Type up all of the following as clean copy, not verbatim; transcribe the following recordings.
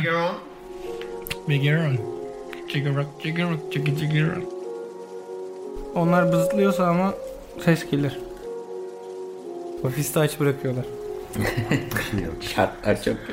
Cigaron. Cigaron. Cigaron. Onlar bızıtlıyorsa ama ses gelir. Ofiste aç bırakıyorlar. Şartlar çok.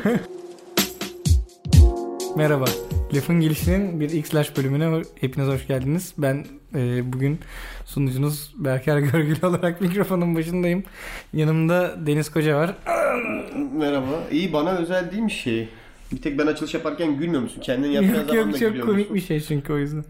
Merhaba. Lafın Gelişi'nin bir X-Lash bölümüne hepiniz hoş geldiniz. Ben bugün sunucunuz Berker Görgülü olarak mikrofonun başındayım. Yanımda Deniz Koca var. Merhaba. İyi, bana özel değilmiş şey. Bir tek ben açılış yaparken gülmüyor musun? Kendin yaptığın zaman da Yok gülüyor çok komik musun? bir şey çünkü o yüzden.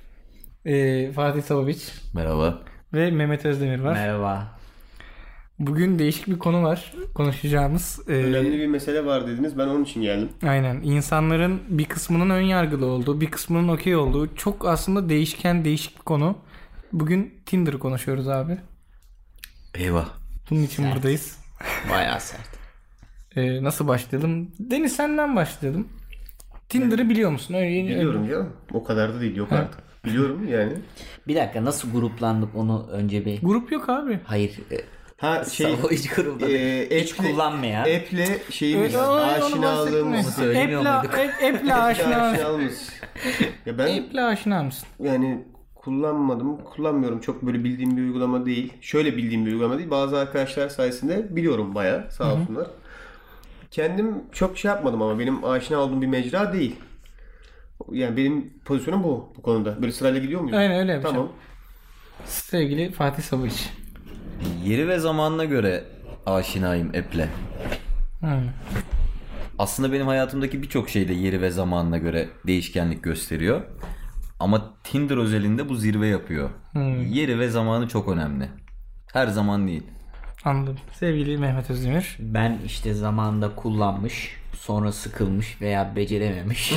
Fatih Savaviç Merhaba. ve Mehmet Özdemir var. Merhaba. Bugün değişik bir konu var konuşacağımız. Önemli bir mesele var dediniz. Ben onun için geldim. Aynen. İnsanların bir kısmının ön yargılı olduğu, bir kısmının okey olduğu çok aslında değişik bir konu. Bugün Tinder'ı konuşuyoruz abi. Eyvah. Bunun için Sert. buradayız. Bayağı sert. Nasıl başlayalım? Deniz senden başlayalım. Tinder'ı biliyor musun? Biliyorum ya. O kadar da değil. Yok artık. Biliyorum yani. Bir dakika, nasıl gruplandık onu önce bir... Grup yok abi. Hayır. Ha şey. Hiç gruplandık. Hiç kullanmayan. App'le şeyimiz. Onu Aşinalığımız. Söylemiyor muyduk? App'le aşina. Aşinalığımız. Ya ben App'le aşina mısın? yani kullanmıyorum. Çok böyle bildiğim bir uygulama değil. Şöyle bildiğim bir uygulama değil. Bazı arkadaşlar sayesinde biliyorum bayağı. Sağ olsunlar. Kendim çok şey yapmadım ama benim aşina olduğum bir mecra değil. Yani benim pozisyonum bu konuda. Böyle sırayla gidiyor muyuz? Aynen öyle yapacağım. Tamam. Sevgili Fatih Savaş. Yeri ve zamanına göre aşinayım app'le. Aynen. Aslında benim hayatımdaki birçok şeyde yeri ve zamanına göre değişkenlik gösteriyor. Ama Tinder özelinde bu zirve yapıyor. Yeri ve zamanı çok önemli. Her zaman değil. Anladım. Sevgili Mehmet Özdemir. Ben işte zamanında kullanmış, sonra sıkılmış veya becerememiş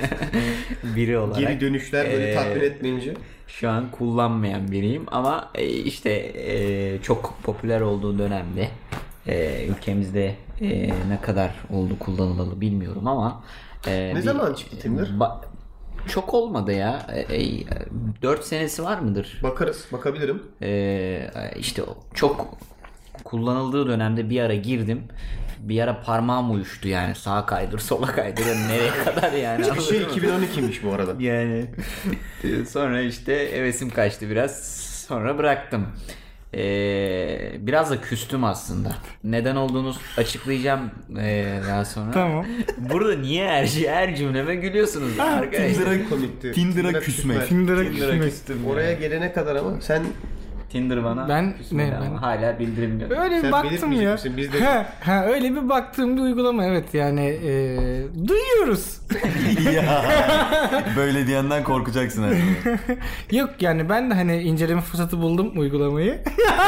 biri olarak. Geri dönüşler böyle tatmin etmeyince. Şu an kullanmayan biriyim ama işte çok popüler olduğu dönemde ülkemizde ne kadar oldu kullanılalı bilmiyorum ama Ne zaman çıktı Tinder? Çok olmadı ya. 4 senesi var mıdır? Bakabilirim. İşte çok kullanıldığı dönemde bir ara girdim. Bir ara parmağım uyuştu yani. Sağa kaydır, sola kaydır. Nereye kadar yani. Şey 2012'ymiş bu arada. Yani sonra işte hevesim kaçtı biraz. Sonra bıraktım. Biraz da küstüm aslında. Neden olduğunu açıklayacağım daha sonra. Tamam. Burada niye her cümleme gülüyorsunuz arkadaşlar? Komikti. Tinder'a küsmek. Tinder'a Tinder'a küsmek. küstüm. Oraya gelene kadar ama sen Tinder bana Ben- küsmedi ne, ama ben- hala bildirim yok. Öyle bir Sen baktım belirtmeyecek ya. misin? Biz de- Öyle bir baktığım bir uygulama, evet yani duyuyoruz. Böyle diyenden korkacaksın herhalde. Yok yani ben de hani inceleme fırsatı buldum uygulamayı.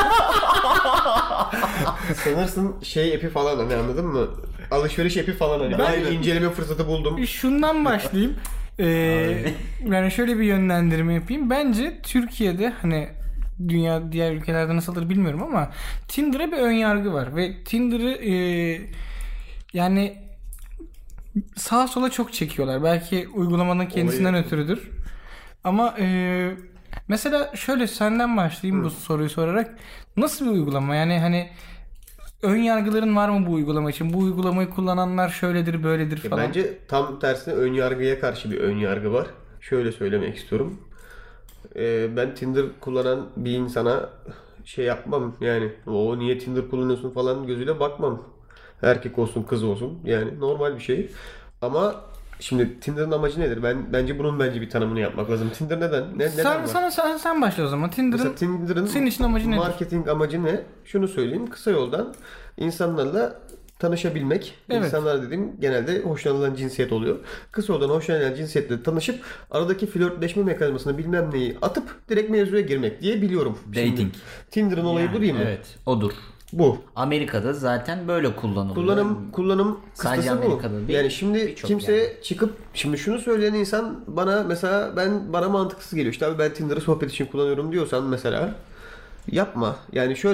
sanırsın şey app'i falan hani, anladın mı? Alışveriş app'i falan hani. Ben inceleme fırsatı buldum. Şundan başlayayım. Yani şöyle bir yönlendirme yapayım. Bence Türkiye'de hani dünya diğer ülkelerde nasıldır bilmiyorum ama Tinder'a bir ön yargı var ve Tinder'ı yani sağa sola çok çekiyorlar. Belki uygulamanın kendisinden ötürüdür. Ama mesela şöyle senden başlayayım bu soruyu sorarak. Nasıl bir uygulama? Yani hani ön yargıların var mı bu uygulama için? Bu uygulamayı kullananlar şöyledir, böyledir falan. Bence tam tersine ön yargıya karşı bir ön yargı var. Şöyle söylemek istiyorum. Ben Tinder kullanan bir insana şey yapmam yani. O niye Tinder kullanıyorsun falan gözüyle bakmam. Erkek olsun kız olsun yani normal bir şey. Ama şimdi Tinder'ın amacı nedir? Bence bunun bir tanımını yapmak lazım. Tinder neden? Neden var? Sen başla o zaman. Mesela Tinder'ın senin için amacı nedir? marketing amacı ne? Şunu söyleyeyim. Kısa yoldan insanlarla tanışabilmek. Evet. İnsanlar dediğim genelde hoşlanılan cinsiyet oluyor. Kısa yoldan hoşlanılan cinsiyetle tanışıp aradaki flörtleşme mekanizmasını bilmem neyi atıp direkt mevzuya girmek diye biliyorum. Şimdi Dating. Tinder'ın olayı bu değil mi? Evet, odur. Bu. Amerika'da zaten böyle kullanılıyor. Kullanım Sadece kıstası bu. Amerika'da değil, Yani şimdi birçok kimse yani. çıkıp şimdi şunu söyleyen insan bana mesela bana mantıksız geliyor. İşte abi ben Tinder'ı sohbet için kullanıyorum diyorsan mesela yapma. Yani şöyle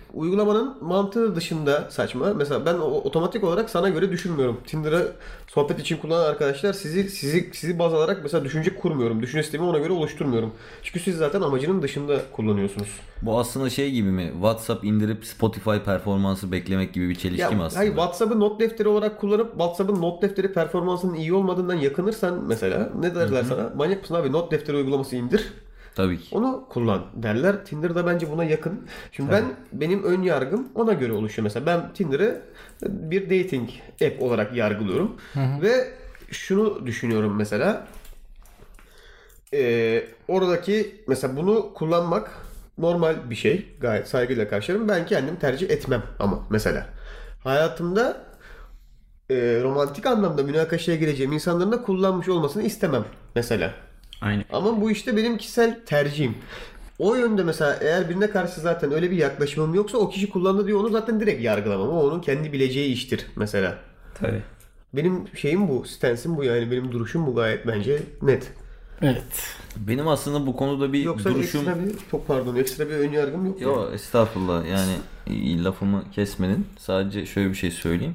uygulamanın mantığı dışında saçma. Mesela ben otomatik olarak sana göre düşünmüyorum. Tinder'ı sohbet için kullanan arkadaşlar sizi baz alarak mesela düşünce kurmuyorum. Düşünce sistemi ona göre oluşturmuyorum. Çünkü siz zaten amacının dışında kullanıyorsunuz. Bu aslında şey gibi mi? WhatsApp indirip Spotify performansı beklemek gibi bir çelişki mi aslında? Hayır, WhatsApp'ı not defteri olarak kullanıp WhatsApp'ın not defteri performansının iyi olmadığından yakınırsan mesela ne derler sana? Manyak mısın abi, not defteri uygulaması indir. Tabii ki. Onu kullan derler. Tinder'da bence buna yakın. Şimdi benim ön yargım ona göre oluşuyor. Mesela ben Tinder'ı bir dating app olarak yargılıyorum. Ve şunu düşünüyorum mesela. Oradaki mesela bunu kullanmak normal bir şey. Gayet saygıyla karşılarım. Ben kendim tercih etmem ama mesela. Hayatımda romantik anlamda münakaşaya gireceğim insanların da kullanmış olmasını istemem mesela. Aynen. Ama bu işte benim kişisel tercihim. O yönde mesela eğer birine karşı zaten öyle bir yaklaşımım yoksa o kişi kullandı diye onu zaten direkt yargılamam. O onun kendi bileceği iştir mesela. Tabii. Benim şeyim bu, stance'im bu yani. Benim duruşum bu gayet bence net. Evet. Benim aslında bu konuda bir Yoksa duruşum... ekstra bir ön yargım yok. Yo estağfurullah, yani lafımı kesmenin, sadece şöyle bir şey söyleyeyim.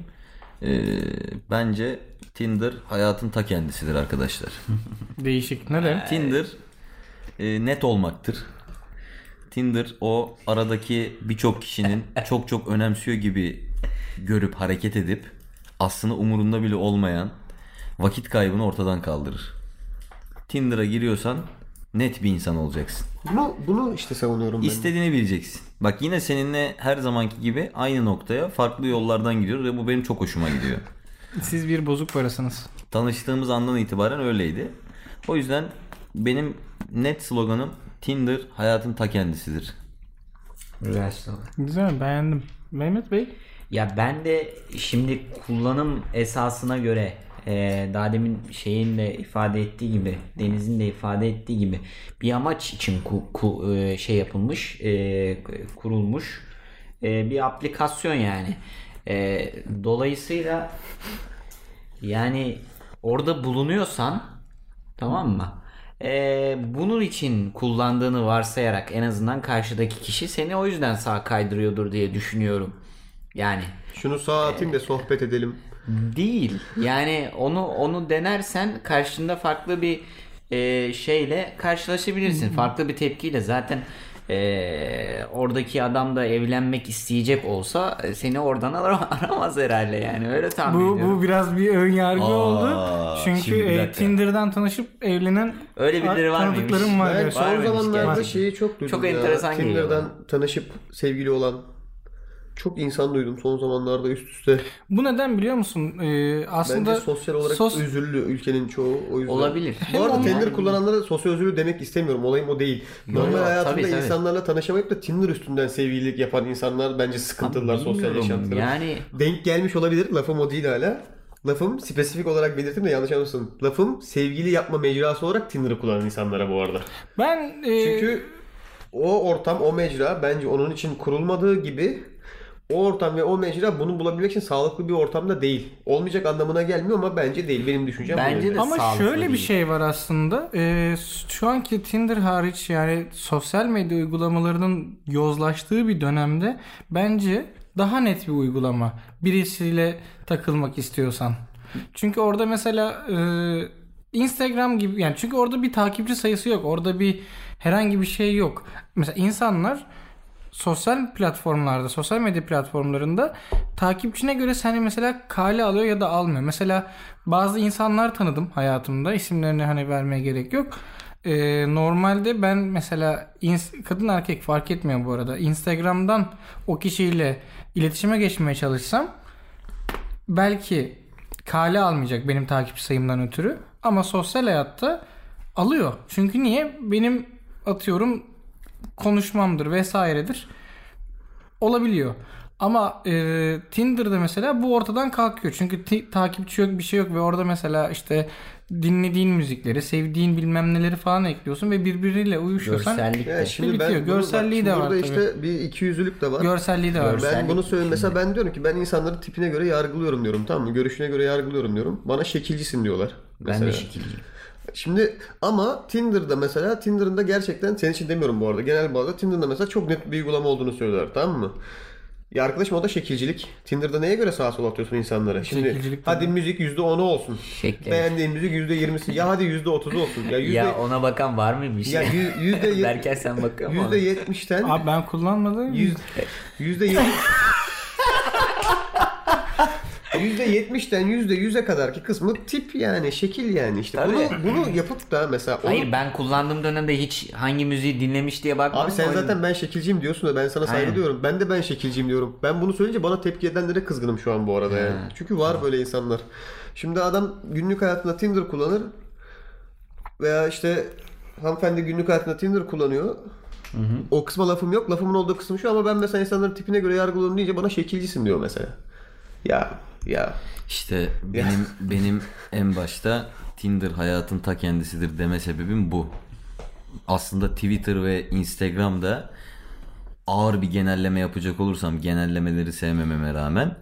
Bence Tinder hayatın ta kendisidir arkadaşlar. Değişik. Neden? Tinder net olmaktır. Tinder o aradaki birçok kişinin çok çok önemsiyor gibi görüp hareket edip aslında umurunda bile olmayan vakit kaybını ortadan kaldırır. Tinder'a giriyorsan net bir insan olacaksın. Bunu işte savunuyorum ben. İstediğini bileceksin. Bak yine seninle her zamanki gibi aynı noktaya farklı yollardan gidiyoruz ve bu benim çok hoşuma gidiyor. Siz bir bozuk parasınız. Tanıştığımız andan itibaren öyleydi. O yüzden benim net sloganım Tinder hayatın ta kendisidir. Güzel slogan. Güzel, beğendim. Mehmet Bey? Ya ben de şimdi kullanım esasına göre daha demin şeyin de ifade ettiği gibi, Deniz'in de ifade ettiği gibi bir amaç için şey yapılmış, kurulmuş bir aplikasyon yani. Dolayısıyla yani orada bulunuyorsan, tamam mı? Bunun için kullandığını varsayarak en azından karşıdaki kişi seni o yüzden sağa kaydırıyordur diye düşünüyorum. Yani Şunu sağa atayım da sohbet edelim. değil. Yani onu denersen karşında farklı bir şeyle karşılaşabilirsin. Farklı bir tepkiyle zaten oradaki adam da evlenmek isteyecek olsa seni oradan aramaz herhalde, yani öyle tahmin ediyorum. Bu biraz bir ön yargı oldu. şimdi bir Çünkü dakika. Tinder'dan tanışıp evlenen Öyle birileri var mıymış? tanıdıklarım var. Ben gerçekten. son mıymış zamanlarda gerçekten? şeyi çok duydum Çok ya. enteresan geliyor Tinder'dan tanışıp sevgili olan çok insan duydum son zamanlarda üst üste. Bu neden biliyor musun? Aslında Bence sosyal olarak özürlü ülkenin çoğu, o yüzden. Olabilir. Bu arada Hem Tinder yani- kullananlara sosyal özürlü demek istemiyorum. Olayım o değil. Normal yok, hayatında tabii. insanlarla tanışamayıp da Tinder üstünden sevgililik yapan insanlar bence sıkıntılılar sosyal Bilmiyorum. yaşantıları. Yani Denk gelmiş olabilir. Lafım o değil hala. Lafım spesifik olarak belirttim de yanlış anlamışsın. Lafım sevgili yapma mecrası olarak Tinder'ı kullanan insanlara bu arada. ben Çünkü o ortam, o mecra bence onun için kurulmadığı gibi o ortam ve o mecra bunu bulabilmek için sağlıklı bir ortamda değil. Olmayacak anlamına gelmiyor ama bence değil. Benim düşüncem bu Bence yönde. de ama sağlıklı şöyle bir değil. şey var aslında. Şu anki Tinder hariç, yani sosyal medya uygulamalarının yozlaştığı bir dönemde bence daha net bir uygulama. Birisiyle takılmak istiyorsan. Çünkü orada mesela Instagram gibi, yani çünkü orada bir takipçi sayısı yok. Orada bir herhangi bir şey yok. Mesela insanlar sosyal platformlarda, sosyal medya platformlarında takipçine göre seni mesela kale alıyor ya da almıyor. Mesela bazı insanlar tanıdım hayatımda. İsimlerini hani vermeye gerek yok. Normalde ben mesela kadın erkek fark etmiyor bu arada. Instagram'dan o kişiyle iletişime geçmeye çalışsam belki kale almayacak benim takipçi sayımdan ötürü. Ama sosyal hayatta alıyor. Çünkü niye? Benim atıyorum konuşmamdır vesairedir. Olabiliyor. Ama Tinder'da mesela bu ortadan kalkıyor. Çünkü takipçi yok, bir şey yok ve orada mesela işte dinlediğin müzikleri, sevdiğin bilmem neleri falan ekliyorsun ve birbiriyle uyuşuyorsan Görsellik de. Ya şimdi ben bitiyor. Görselliği de var burada tabii. işte bir ikiyüzlülük de var. Görselliği de var. Ben Görsellik bunu söyleyeyim. Mesela ben diyorum ki ben insanları tipine göre yargılıyorum diyorum. Tamam mı? Görüşüne göre yargılıyorum diyorum. Bana şekilcisin diyorlar. Ben Mesela. de şekilciyim. Şimdi ama Tinder'da mesela Tinder'ın da gerçekten senin için demiyorum bu arada. Genel bazda Tinder'da mesela çok net bir uygulama olduğunu söylüyorlar. Tamam mı? Ya arkadaşım o da şekilcilik. Tinder'da neye göre sağa sola atıyorsun insanlara? Şimdi Şekilcilik hadi tabii. müzik %10'u olsun. Şekli. Beğendiğin müzik %20'si. Ya hadi %30'u olsun. Ya Ya ona bakan var mıymış? ya Berker sen bakıyor musun? %70'ten Abi ben kullanmadım. %70'ten %100'e kadarki kısmı tip yani şekil yani işte bunu yapıp da mesela onu... Hayır ben kullandığım dönemde hiç hangi müziği dinlemiş diye bakmadım. Abi sen zaten ben şekilciyim diyorsun da ben sana saygı Aynen. duyuyorum. Ben de ben şekilciyim diyorum. Ben bunu söyleyince bana tepki edenlere kızgınım şu an bu arada yani. Çünkü var böyle insanlar. Şimdi adam günlük hayatında Tinder kullanır veya işte hanımefendi günlük hayatında Tinder kullanıyor. O kısma lafım yok. Lafımın olduğu kısım şu ama ben mesela insanların tipine göre yargılıyorum deyince bana şekilcisin diyor mesela. Ya. İşte benim en başta Tinder hayatın ta kendisidir deme sebebim bu. Aslında Twitter ve Instagram'da ağır bir genelleme yapacak olursam, genellemeleri sevmememe rağmen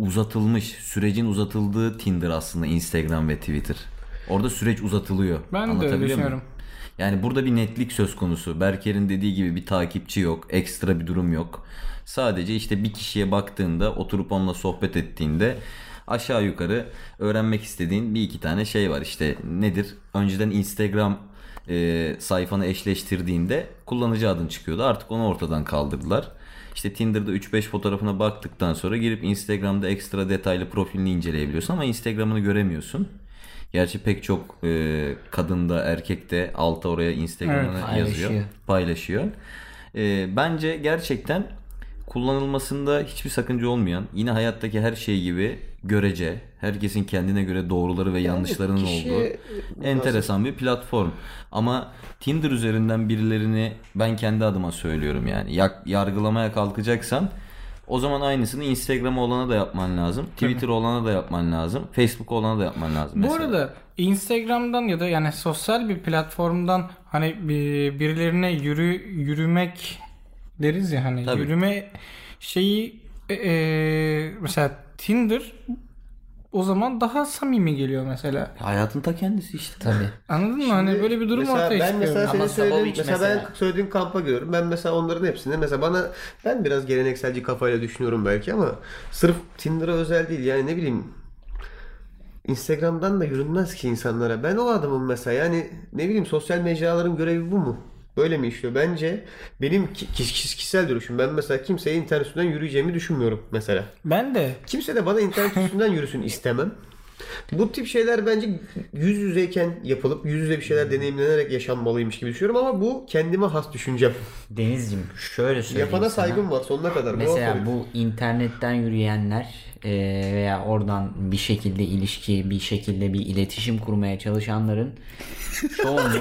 sürecin uzatıldığı Tinder aslında Instagram ve Twitter. Orada süreç uzatılıyor. Ben de öyle Anlatabiliyor muyum? düşünüyorum. Yani burada bir netlik söz konusu. Berker'in dediği gibi bir takipçi yok. Ekstra bir durum yok. Sadece işte bir kişiye baktığında, oturup onunla sohbet ettiğinde aşağı yukarı öğrenmek istediğin bir iki tane şey var. İşte nedir? Önceden Instagram sayfanı eşleştirdiğinde kullanıcı adın çıkıyordu. Artık onu ortadan kaldırdılar. İşte Tinder'da 3-5 fotoğrafına baktıktan sonra girip Instagram'da ekstra detaylı profilini inceleyebiliyorsun ama Instagram'ını göremiyorsun. Gerçi pek çok kadın da erkek de alta oraya Instagram'ını Evet, yazıyor, paylaşıyor. Bence gerçekten kullanılmasında hiçbir sakınca olmayan, yine hayattaki her şey gibi görece, herkesin kendine göre doğruları ve yanlışlarının olduğu enteresan bir platform. Ama Tinder üzerinden birilerini ben kendi adıma söylüyorum yani yargılamaya kalkacaksan o zaman aynısını Instagram'a olana da yapman lazım. Twitter'a olana da yapman lazım. Facebook'a olana da yapman lazım. Bu mesela. arada Instagram'dan ya da yani sosyal bir platformdan hani birilerine yürümek deriz ya hani Tabii. yürüme şeyi mesela Tinder o zaman daha samimi geliyor mesela. Hayatın ta kendisi işte. Tabii. Anladın mı? Hani böyle bir durum mesela ortaya ben çıkıyor. mesela senin Ama söylediğin Sabovic mesela mesela. ben söylediğin kampa giriyorum. Ben mesela onların hepsinde mesela ben biraz gelenekselci kafayla düşünüyorum belki ama sırf Tinder'a özel değil yani ne bileyim Instagram'dan da yürünmez ki insanlara. Ben o adamım mesela yani ne bileyim sosyal mecraların görevi bu mu? Böyle mi işliyor? Bence benim kişisel duruşum. Ben mesela kimseye internet üstünden yürüyeceğimi düşünmüyorum mesela. Ben de Kimse de bana internet üstünden yürüsün istemem. Bu tip şeyler bence yüz yüzeyken yapılıp yüz yüze bir şeyler deneyimlenerek yaşanmalıymış gibi düşünüyorum ama bu kendime has düşüncem. Denizciğim şöyle söyleyeyim Yapana sana. saygım var sonuna kadar. Mesela bu internetten yürüyenler veya oradan bir şekilde ilişki, bir şekilde bir iletişim kurmaya çalışanların çoğunluğu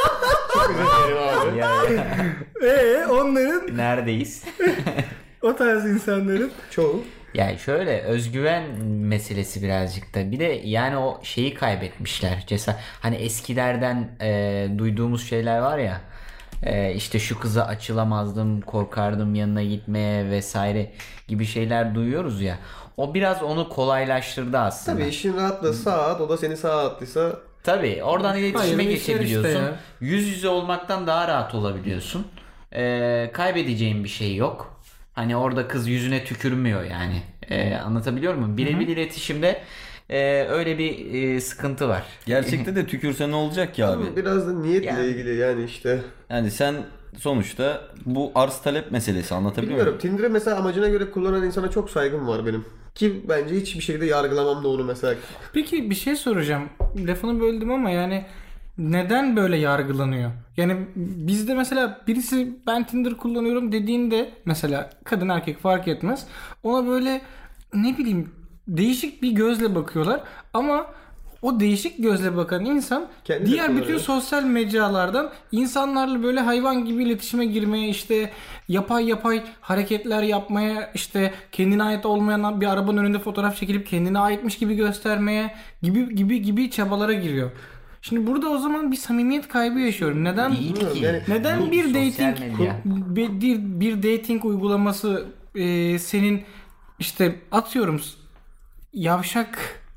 ya, onların neredeyiz? o tarz insanların çoğu. Yani şöyle özgüven meselesi birazcık da bir de yani o şeyi kaybetmişler. Hani eskilerden duyduğumuz şeyler var ya işte şu kıza açılamazdım, korkardım yanına gitmeye vesaire gibi şeyler duyuyoruz ya. O biraz onu kolaylaştırdı aslında. Tabii işin rahatlığı saat o da seni sağa attıysa Tabii oradan iletişime Hayırlı işler geçebiliyorsun. işte ya. Yüz yüze olmaktan daha rahat olabiliyorsun. Kaybedeceğin bir şey yok. Hani orada kız yüzüne tükürmüyor yani. Anlatabiliyor muyum? Birebir iletişimde öyle bir sıkıntı var. Gerçekte de tükürse ne olacak ki abi? biraz da niyetle Yani. ilgili yani işte. Yani sen sonuçta bu arz talep meselesi, anlatabiliyor Bilmiyorum. muyum? Tinder'ı mesela amacına göre kullanan insana çok saygım var benim. Ki bence hiçbir şekilde yargılamam da onu mesela. Peki bir şey soracağım. Lafını böldüm ama yani neden böyle yargılanıyor? Yani bizde mesela birisi ben Tinder kullanıyorum dediğinde mesela kadın erkek fark etmez. Ona böyle ne bileyim değişik bir gözle bakıyorlar ama o değişik gözle bakan insan Kendi de diğer bütün kullanıyor. sosyal mecralardan insanlarla böyle hayvan gibi iletişime girmeye işte yapay hareketler yapmaya işte kendine ait olmayan bir arabanın önünde fotoğraf çekilip kendine aitmiş gibi göstermeye gibi çabalara giriyor. Şimdi burada o zaman bir samimiyet kaybı yaşıyorum. Neden Değil ki. Yani neden Bu bir sosyal dating medya. bir dating uygulaması senin işte atıyorum yavşak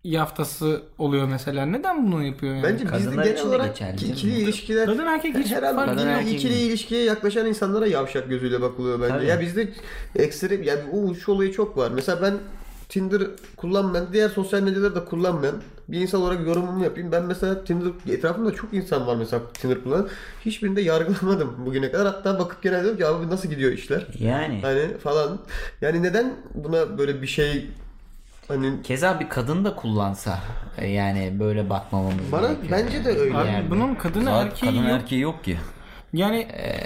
yaftası oluyor mesela. Neden bunu yapıyor yani? Bence bizde Kadınlar genel için de olarak geçerli değil mi? ikili ilişkiler Kadın erkek hiç fark herhalde etmiyor. Kadın erkek ikili mi? ilişkiye yaklaşan insanlara yavşak gözüyle bakılıyor bence. Tabii. Ya bizde ekstrem yani şu olayı çok var. Mesela ben Tinder kullanmayan, diğer sosyal medyaları da kullanmayan bir insan olarak yorumumu yapayım. Ben mesela Tinder, etrafımda çok insan var mesela Tinder kullanan. Hiçbirinde yargılamadım bugüne kadar. Hatta bakıp genelde diyorum ki abi nasıl gidiyor işler? Yani. Hani falan. Yani neden buna böyle bir şey hani Keza bir kadın da kullansa yani böyle bakmamamız bana gerekiyor. bence de öyle. Abi Yani. bunun kadını Zaten erkeği kadın yok. erkeği yok ki. Yani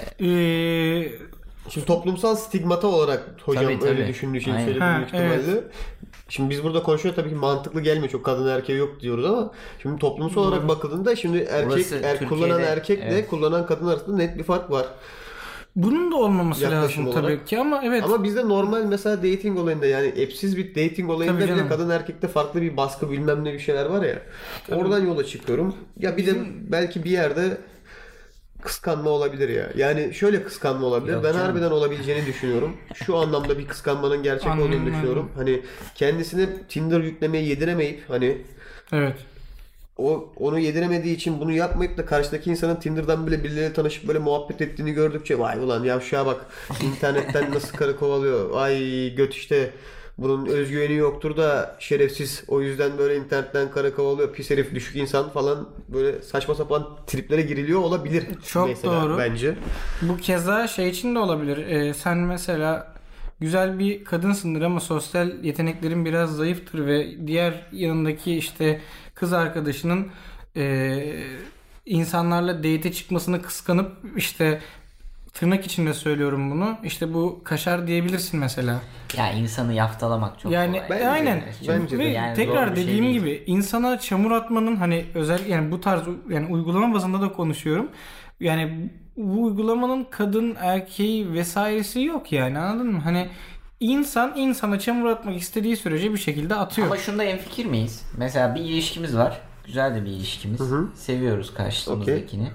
Şimdi toplumsal stigmata olarak hocam Tabii, öyle tabii. düşündüğü için Aynen. söyledim Ha, büyük ihtimalle. evet. Şimdi biz burada konuşuyor tabii ki mantıklı gelmiyor, çok kadın erkeği yok diyoruz ama şimdi toplumsal olarak bakıldığında şimdi Burası kullanan Türkiye'de, erkekle evet. kullanan kadın arasında net bir fark var. bunun da olmaması Yaklaşım lazım tabii olarak. ki ama evet. Ama bizde normal mesela dating olayında yani app'siz bir dating olayında Tabii bile canım. kadın erkekte farklı bir baskı bilmem ne bir şeyler var ya. Oradan yola çıkıyorum. Ya bir de belki bir yerde kıskanma olabilir ya. Yani şöyle kıskanma olabilir. Yok Ben canım. harbiden olabileceğini düşünüyorum. Şu anlamda bir kıskanmanın gerçek Anladım, olduğunu düşünüyorum. Hani kendisine Tinder yüklemeyi yediremeyip hani Evet. onu yediremediği için bunu yapmayıp da karşıdaki insanın Tinder'dan bile birileriyle tanışıp böyle muhabbet ettiğini gördükçe vay ulan yavşağa bak internetten nasıl karı kovalıyor. Ay göt işte bunun özgüveni yoktur da şerefsiz o yüzden böyle internetten karı kovalıyor. Pis herif düşük insan falan böyle saçma sapan triplere giriliyor olabilir. Çok mesela, doğru. bence. Bu keza şey için de olabilir. Sen mesela güzel bir kadınsındır ama sosyal yeteneklerin biraz zayıftır ve diğer yanındaki işte kız arkadaşının insanlarla date'e çıkmasını kıskanıp işte tırnak içinde söylüyorum bunu. İşte bu kaşar diyebilirsin mesela. Ya insanı yaftalamak çok Yani kolay. Bence aynen. de, bence de. Ve Yani tekrar zor bir şey dediğim değil. gibi insana çamur atmanın hani özel yani bu tarz yani uygulama bazında da konuşuyorum. Yani bu uygulamanın kadın erkeği vesairesi yok yani anladın mı? Hani insan insana çamur atmak istediği sürece bir şekilde atıyor. Ama şunda hemfikir miyiz? Mesela bir ilişkimiz var. Güzel de bir ilişkimiz. Seviyoruz karşımızdakini.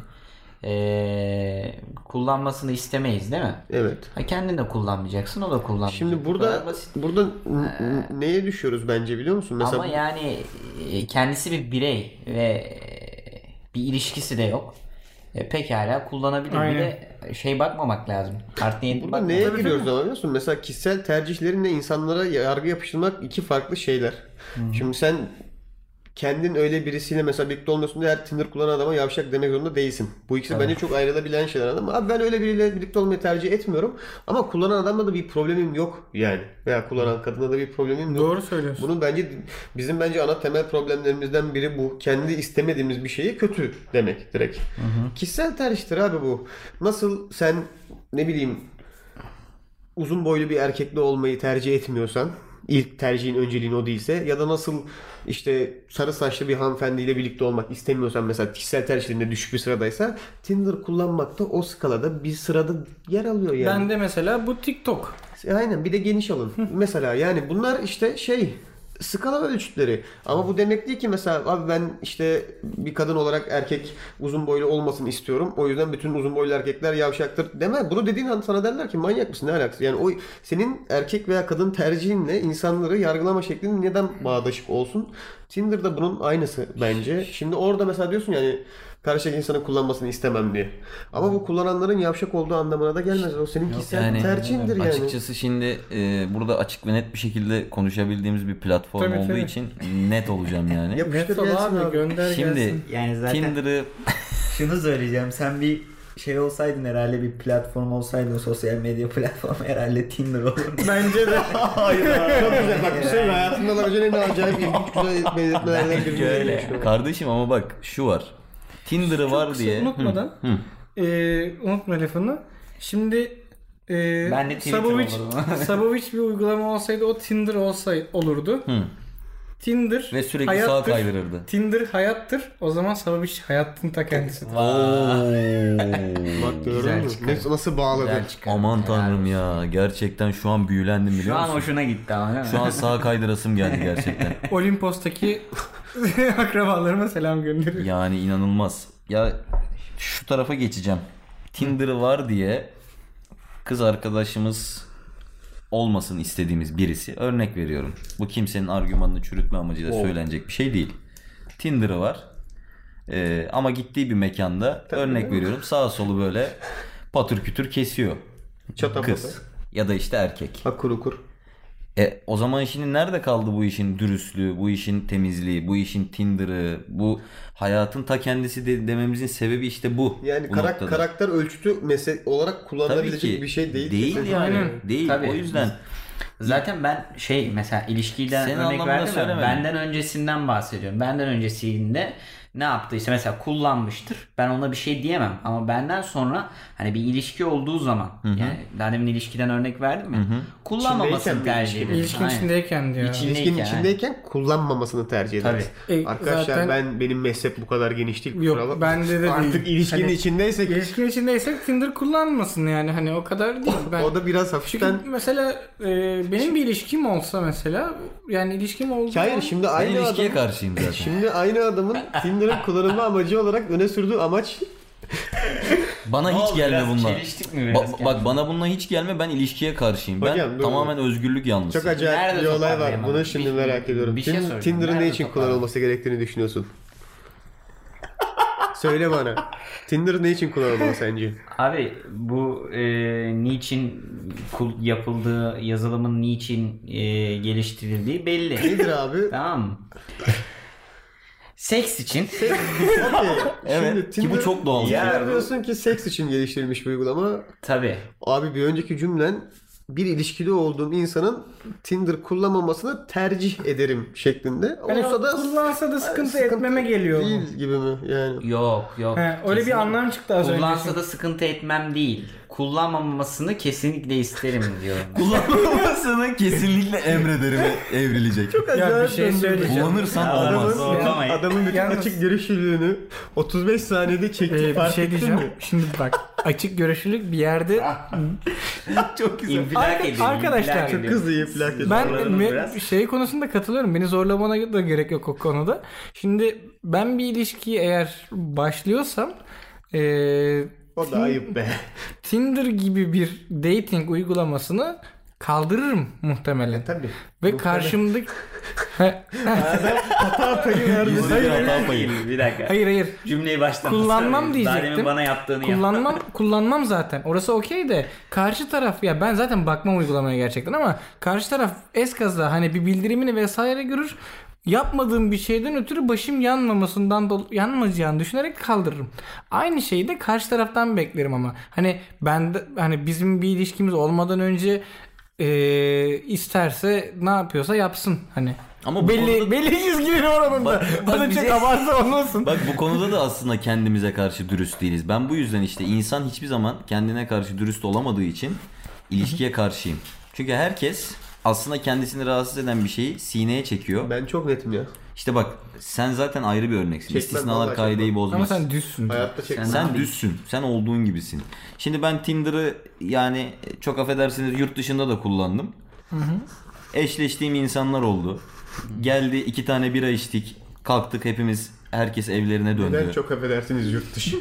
Kullanmasını istemeyiz değil mi? Evet. Ha, kendin de kullanmayacaksın, o da kullanmayacak. Şimdi Bu kadar burada basit. neye düşüyoruz bence biliyor musun? Mesela Ama yani kendisi bir birey ve bir ilişkisi de yok. Pekala kullanabilir. Aynen. Bir de bakmamak lazım. Art niyetli burada bakmamak. neye Tabii, giriyoruz tabii. ama biliyor musun? Mesela kişisel tercihlerinle insanlara yargı yapıştırmak iki farklı şeyler. Şimdi sen kendin öyle birisiyle mesela birlikte olmuyorsun diye her Tinder kullanan adama yavşak demek zorunda değilsin. Bu ikisi bence çok ayrılabilen şeyler anladın mı? Abi ben öyle biriyle birlikte olmayı tercih etmiyorum ama kullanan adamla da bir problemim yok yani. Veya kullanan kadına da bir problemim yok. Doğru söylüyorsun. Bunun bizim bence ana temel problemlerimizden biri bu. Kendi istemediğimiz bir şeyi kötü demek direkt. Kişisel tercihtir abi bu. Nasıl sen ne bileyim uzun boylu bir erkekle olmayı tercih etmiyorsan, ilk tercihin önceliğin o değilse ya da nasıl işte sarı saçlı bir hanımefendiyle birlikte olmak istemiyorsan mesela kişisel tercihlerinde düşük bir sıradaysa Tinder kullanmak da o skalada bir sırada yer alıyor yani. Ben de mesela bu TikTok. Aynen bir de geniş alın. Mesela yani bunlar işte skala ölçütleri. Ama bu demek değil ki mesela abi ben işte bir kadın olarak erkek uzun boylu olmasını istiyorum. O yüzden bütün uzun boylu erkekler yavşaktır deme. Bunu dediğin an sana derler ki manyak mısın ne alakası? Yani o senin erkek veya kadın tercihinle insanları yargılama şeklin neden bağdaşık olsun? Tinder'da bunun aynısı bence. Şimdi orada mesela diyorsun yani karşıdaki insanın kullanmasını istemem diye. Ama bu kullananların yavşak olduğu anlamına da gelmez. O senin kişisel Yani tercihindir yani. açıkçası şimdi burada açık ve net bir şekilde konuşabildiğimiz bir platform Tabii, olduğu tabii. için net olacağım yani. Yapıştır Net ol gelsin abi, gönder Şimdi gelsin. Yani zaten Tinder'ı şunu söyleyeceğim. Sen bir şey olsaydın herhalde bir platform olsaydın sosyal medya platformu herhalde Tinder olurdu. Bence de. Çok güzel. Bak bir şey hayatımda olabileceğin en acayip ilginç güzel benzetmelerden biri. öyle. kardeşim ama bak şu var. Tinder'ı var diye. Unutmadan. Unutma lafını. Şimdi Ben de Twitter olurdum. Sabovic bir uygulama olsaydı o Tinder olurdu. Tinder Ve sürekli hayattır. sağa kaydırırdı. Tinder hayattır. O zaman Sabovic hayatın ta kendisidir. Bak Güzel gördün mü? çıkar. Nasıl bağladı? Güzel çıkar. Aman tanrım ya. Gerçekten şu an büyülendim Şu biliyor an musun? hoşuna gitti ama değil mi? Şu an sağa kaydırasım geldi gerçekten. Olimpos'taki akrabalarıma selam gönderiyorum. Yani inanılmaz. Ya şu tarafa geçeceğim. Tinder'ı var diye kız arkadaşımız olmasını istediğimiz birisi, örnek veriyorum. Bu kimsenin argümanını çürütme amacıyla söylenecek bir şey değil. Tinder'ı var. Ama gittiği bir mekanda örnek veriyorum sağa solu böyle patır kütür kesiyor. Çata Kız pata. ya da işte erkek. Hakur hukur. O zaman şimdi nerede kaldı bu işin dürüstlüğü, bu işin temizliği, bu işin Tinder'ı, bu hayatın ta kendisi dememizin sebebi işte bu. Yani bu noktada. karakter ölçütü meslek olarak Tabii kullanılabilecek ki bir şey değil. Değil Kesin. yani. Aynen. Değil. Tabii. O yüzden Zaten ben mesela ilişkiden Senin örnek anlamında verdim ya, söylemedim. benden öncesinden bahsediyorum. Benden öncesinde ne yaptıysa mesela kullanmıştır. Ben ona bir şey diyemem ama benden sonra hani bir ilişki olduğu zaman yani daha demin ilişkiden örnek verdim ya. Kullanmamasını İçindeyken bir tercih ilişki bu. ederim. İlişkin Aynen. içindeyken diyor. İlişkinin İçindeyken, içindeyken kullanmamasını tercih ederiz. Tabii. Arkadaşlar Zaten- benim meslek bu kadar geniş değil. Yok, kusura bakma. bende de Artık değil. ilişkinin Hani- içindeysek İlişkin içindeysek Tinder kullanmasın yani hani o kadar değil. Ben... o da biraz Çünkü hafiften... mesela benim bir ilişkim olsa mesela yani ilişkim olduğu Hayır zaman- şimdi ben aynı ilişkiye adam... karşıyım zaten. Şimdi aynı adamın Tinder'ın kullanılma amacı olarak öne sürdüğü amaç Bana Ne hiç oldu, gelme biraz bunlar. çeliştik mi biraz Bak bana bununla hiç gelme, ben ilişkiye karşıyım. Ben Hocam, dur. tamamen özgürlük yanlısı. çok acayip Nerede bir olay var. toparlayamadım? Bunu şimdi Bir- merak ediyorum. bir şey soracağım. Tinder'ın ne Nerede için toparlayamadım? kullanılması gerektiğini düşünüyorsun? Söyle bana. Tinder ne için kullanılmalı sence? Abi bu niçin yapıldığı, yazılımın niçin geliştirildiği belli. Nedir abi? Tamam mı? Seks için. Okey. Evet, ki bu çok doğal. Tinder Ya bu- diyorsun ki seks için geliştirilmiş bir uygulama. Tabii. Abi bir önceki cümlen bir ilişkide olduğum insanın Tinder kullanmamasını tercih ederim şeklinde. Yani Olsa da kullansa da sıkıntı etmeme geliyor. değil gibi mi yani? Yok. He, öyle bir Kesinlikle. anlam çıktı az önce. Kullansa da sıkıntı etmem değil. Kullanmamasını kesinlikle isterim diyorum. Kullanılmasını kesinlikle emrederim evrilecek. Ya bir şey söyleyeceğim. Kullanırsan olmaz. Adamın bütün Yalnız- açık görüşlülüğünü 35 saniyede çekti Bir fark şey ettin diyeceğim. mi? Şimdi bak açık görüşlülük bir yerde Çok güzel. İnfilak ediyorum. Arkadaşlar, infilak çok Çok ediyorum. hızlı iyi plak ediyor. ben Zorlanırım biraz. şey konusunda katılıyorum. Beni zorlamana da gerek yok o konuda. Şimdi ben bir ilişkiye eğer başlıyorsam O da ayıp be. Tinder gibi bir dating uygulamasını kaldırırım muhtemelen. Tabii. Ve karşımdaki Hata payı verdi. Yüzde bir hata payı. Bir dakika. hayır Cümleyi baştan kullanmam söyleyeyim. Daha diyecektim. demin bana yaptığını yap. Kullanmam zaten. Orası okey de karşı taraf ya ben zaten bakmam uygulamaya gerçekten ama karşı taraf eskaza hani bir bildirimini vesaire görür. Yapmadığım bir şeyden ötürü başım yanmayacağını düşünerek kaldırırım. Aynı şeyi de karşı taraftan beklerim ama. Hani ben de, hani bizim bir ilişkimiz olmadan önce isterse ne yapıyorsa yapsın hani. Ama bu belli konuda- belli çizgileri var onun da. Bak O da bize- çok abartı olmasın. Bak bu konuda da aslında kendimize karşı dürüst değiliz. Ben bu yüzden işte insan hiçbir zaman kendine karşı dürüst olamadığı için ilişkiye karşıyım. Çünkü herkes aslında kendisini rahatsız eden bir şeyi sineye çekiyor. Ben çok netim ya. İşte bak sen zaten ayrı bir örneksin. Çekmem, İstisnalar vallahi kaideyi çekmem. bozmaz. Ama sen düzsün. Hayatta çekmem. Sen düzsün. Sen olduğun gibisin. Şimdi ben Tinder'ı yani çok affedersiniz yurt dışında da kullandım. Eşleştiğim insanlar oldu. Geldi 2 tane bira içtik. Kalktık hepimiz. Herkes evlerine döndü. Ben çok affedersiniz yurt dışı.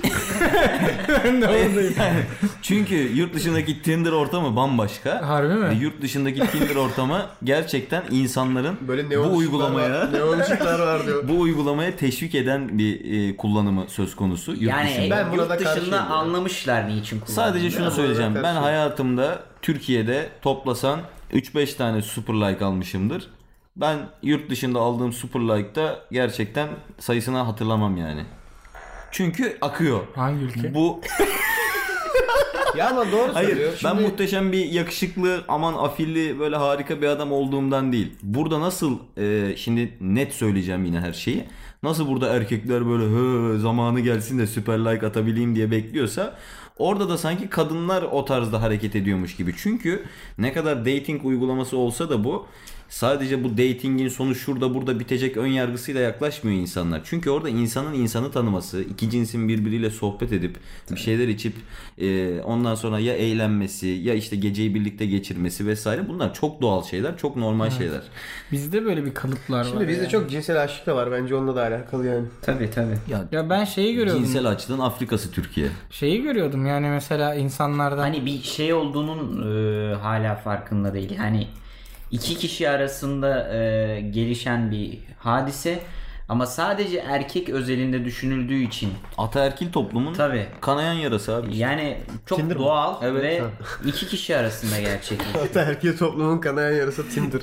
Çünkü yurt dışındaki Tinder ortamı bambaşka. Harbi mi? Ve yurt dışındaki Tinder ortamı gerçekten insanların Böyle bu uygulamaya neon ışıklar var diyor. bu uygulamaya teşvik eden bir kullanımı söz konusu yurt Yani dışında. Ben buna da yurt karşıyım dışında yani. anlamışlar niçin kullandığını. Sadece şunu Ben söyleyeceğim. buna Ben karşıyım. hayatımda Türkiye'de toplasan 3-5 tane super like almışımdır. Ben yurt dışında aldığım super like'da gerçekten sayısını hatırlamam yani. Çünkü akıyor. Hangi ülke? Bu Ya ama doğru hayır söylüyor. ben Şimdi muhteşem bir yakışıklı aman afilli böyle harika bir adam olduğumdan değil. Burada nasıl şimdi net söyleyeceğim yine her şeyi. Nasıl burada erkekler böyle zamanı gelsin de süper like atabileyim diye bekliyorsa orada da sanki kadınlar o tarzda hareket ediyormuş gibi. Çünkü ne kadar dating uygulaması olsa da bu sadece bu datingin sonu şurada burada bitecek ön yargısıyla yaklaşmıyor insanlar. Çünkü orada insanın insanı tanıması, iki cinsin birbiriyle sohbet edip bir şeyler içip ondan sonra ya eğlenmesi ya işte geceyi birlikte geçirmesi vesaire, bunlar çok doğal şeyler, çok normal şeyler. Bizde böyle bir kalıplar var. Şimdi bizde çok cinsel aşık da var. Bence onunla da alakalı yani. Tabii. Ya ben şeyi görüyordum. Cinsel açıdan Afrika'sı Türkiye. Şeyi görüyordum yani mesela insanlardan. Hani bir şey olduğunun hala farkında değil. Hani iki kişi arasında gelişen bir hadise ama sadece erkek özelinde düşünüldüğü için. Ataerkil toplumun Tabii. kanayan yarası abi. Yani çok Tinder mi? doğal Evet. ve iki kişi arasında gerçekleşiyor. Ataerkil toplumun kanayan yarısı Tinder.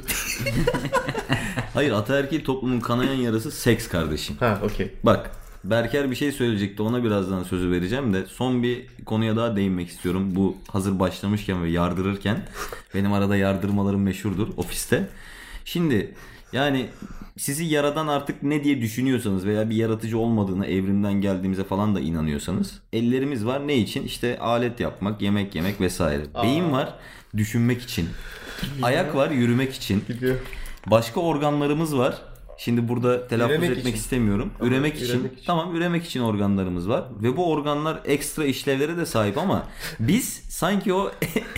Hayır, ataerkil toplumun kanayan yarası seks kardeşim. Ha okey. Bak, Berker bir şey söyleyecekti, ona birazdan sözü vereceğim de son bir konuya daha değinmek istiyorum. Bu hazır başlamışken ve yardırırken, benim arada yardırmalarım meşhurdur ofiste. Şimdi yani sizi yaradan artık ne diye düşünüyorsanız veya bir yaratıcı olmadığına, evrimden geldiğimize falan da inanıyorsanız, ellerimiz var ne için? İşte alet yapmak, yemek yemek vesaire. Beyin var düşünmek için. Ayak var yürümek için. Gidiyor. Başka organlarımız var. Şimdi burada telaffuz Üremek etmek için. istemiyorum. Ama Üremek için. üremek için. Tamam, üremek için organlarımız var. Ve bu organlar ekstra işlevlere de sahip ama biz sanki o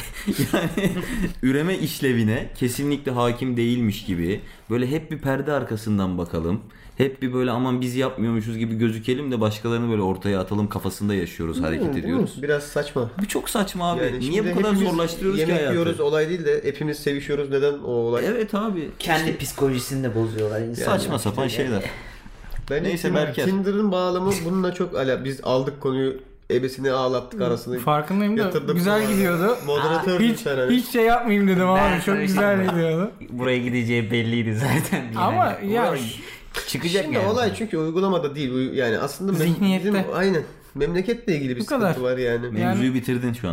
yani üreme işlevine kesinlikle hakim değilmiş gibi, böyle hep bir perde arkasından bakalım. Hep bir böyle aman biz yapmıyormuşuz gibi gözükelim de başkalarını böyle ortaya atalım kafasında yaşıyoruz, hareket ediyoruz. Biraz saçma. Bu çok saçma abi. Yani Niye şimdi bu kadar hepimiz zorlaştırıyoruz ki yemek hayatı? yiyoruz olay değil de hepimiz sevişiyoruz, neden o olay? Evet abi. Kendi psikolojisini de bozuyorlar insan. Saçma sapan şeyler. Bence Neyse Berker. Tinder'ın bağlamı bununla çok biz aldık konuyu, ebesini ağlattık arasını. Farkındayım da Yatırdık güzel sonra. gidiyordu. Moderatördün Hiç, sen hani. hiç şey yapmayayım dedim Ben abi. Çok sana güzel şimdi- gidiyordu. Buraya gideceği belliydi zaten. Ama ya çıkacak Şimdi yani. olay çünkü uygulamada değil. Yani aslında Zihniyette. bizim aynen memleketle ilgili bir Bu sıkıntı kadar. var yani. Mevzuyu bitirdin şu an.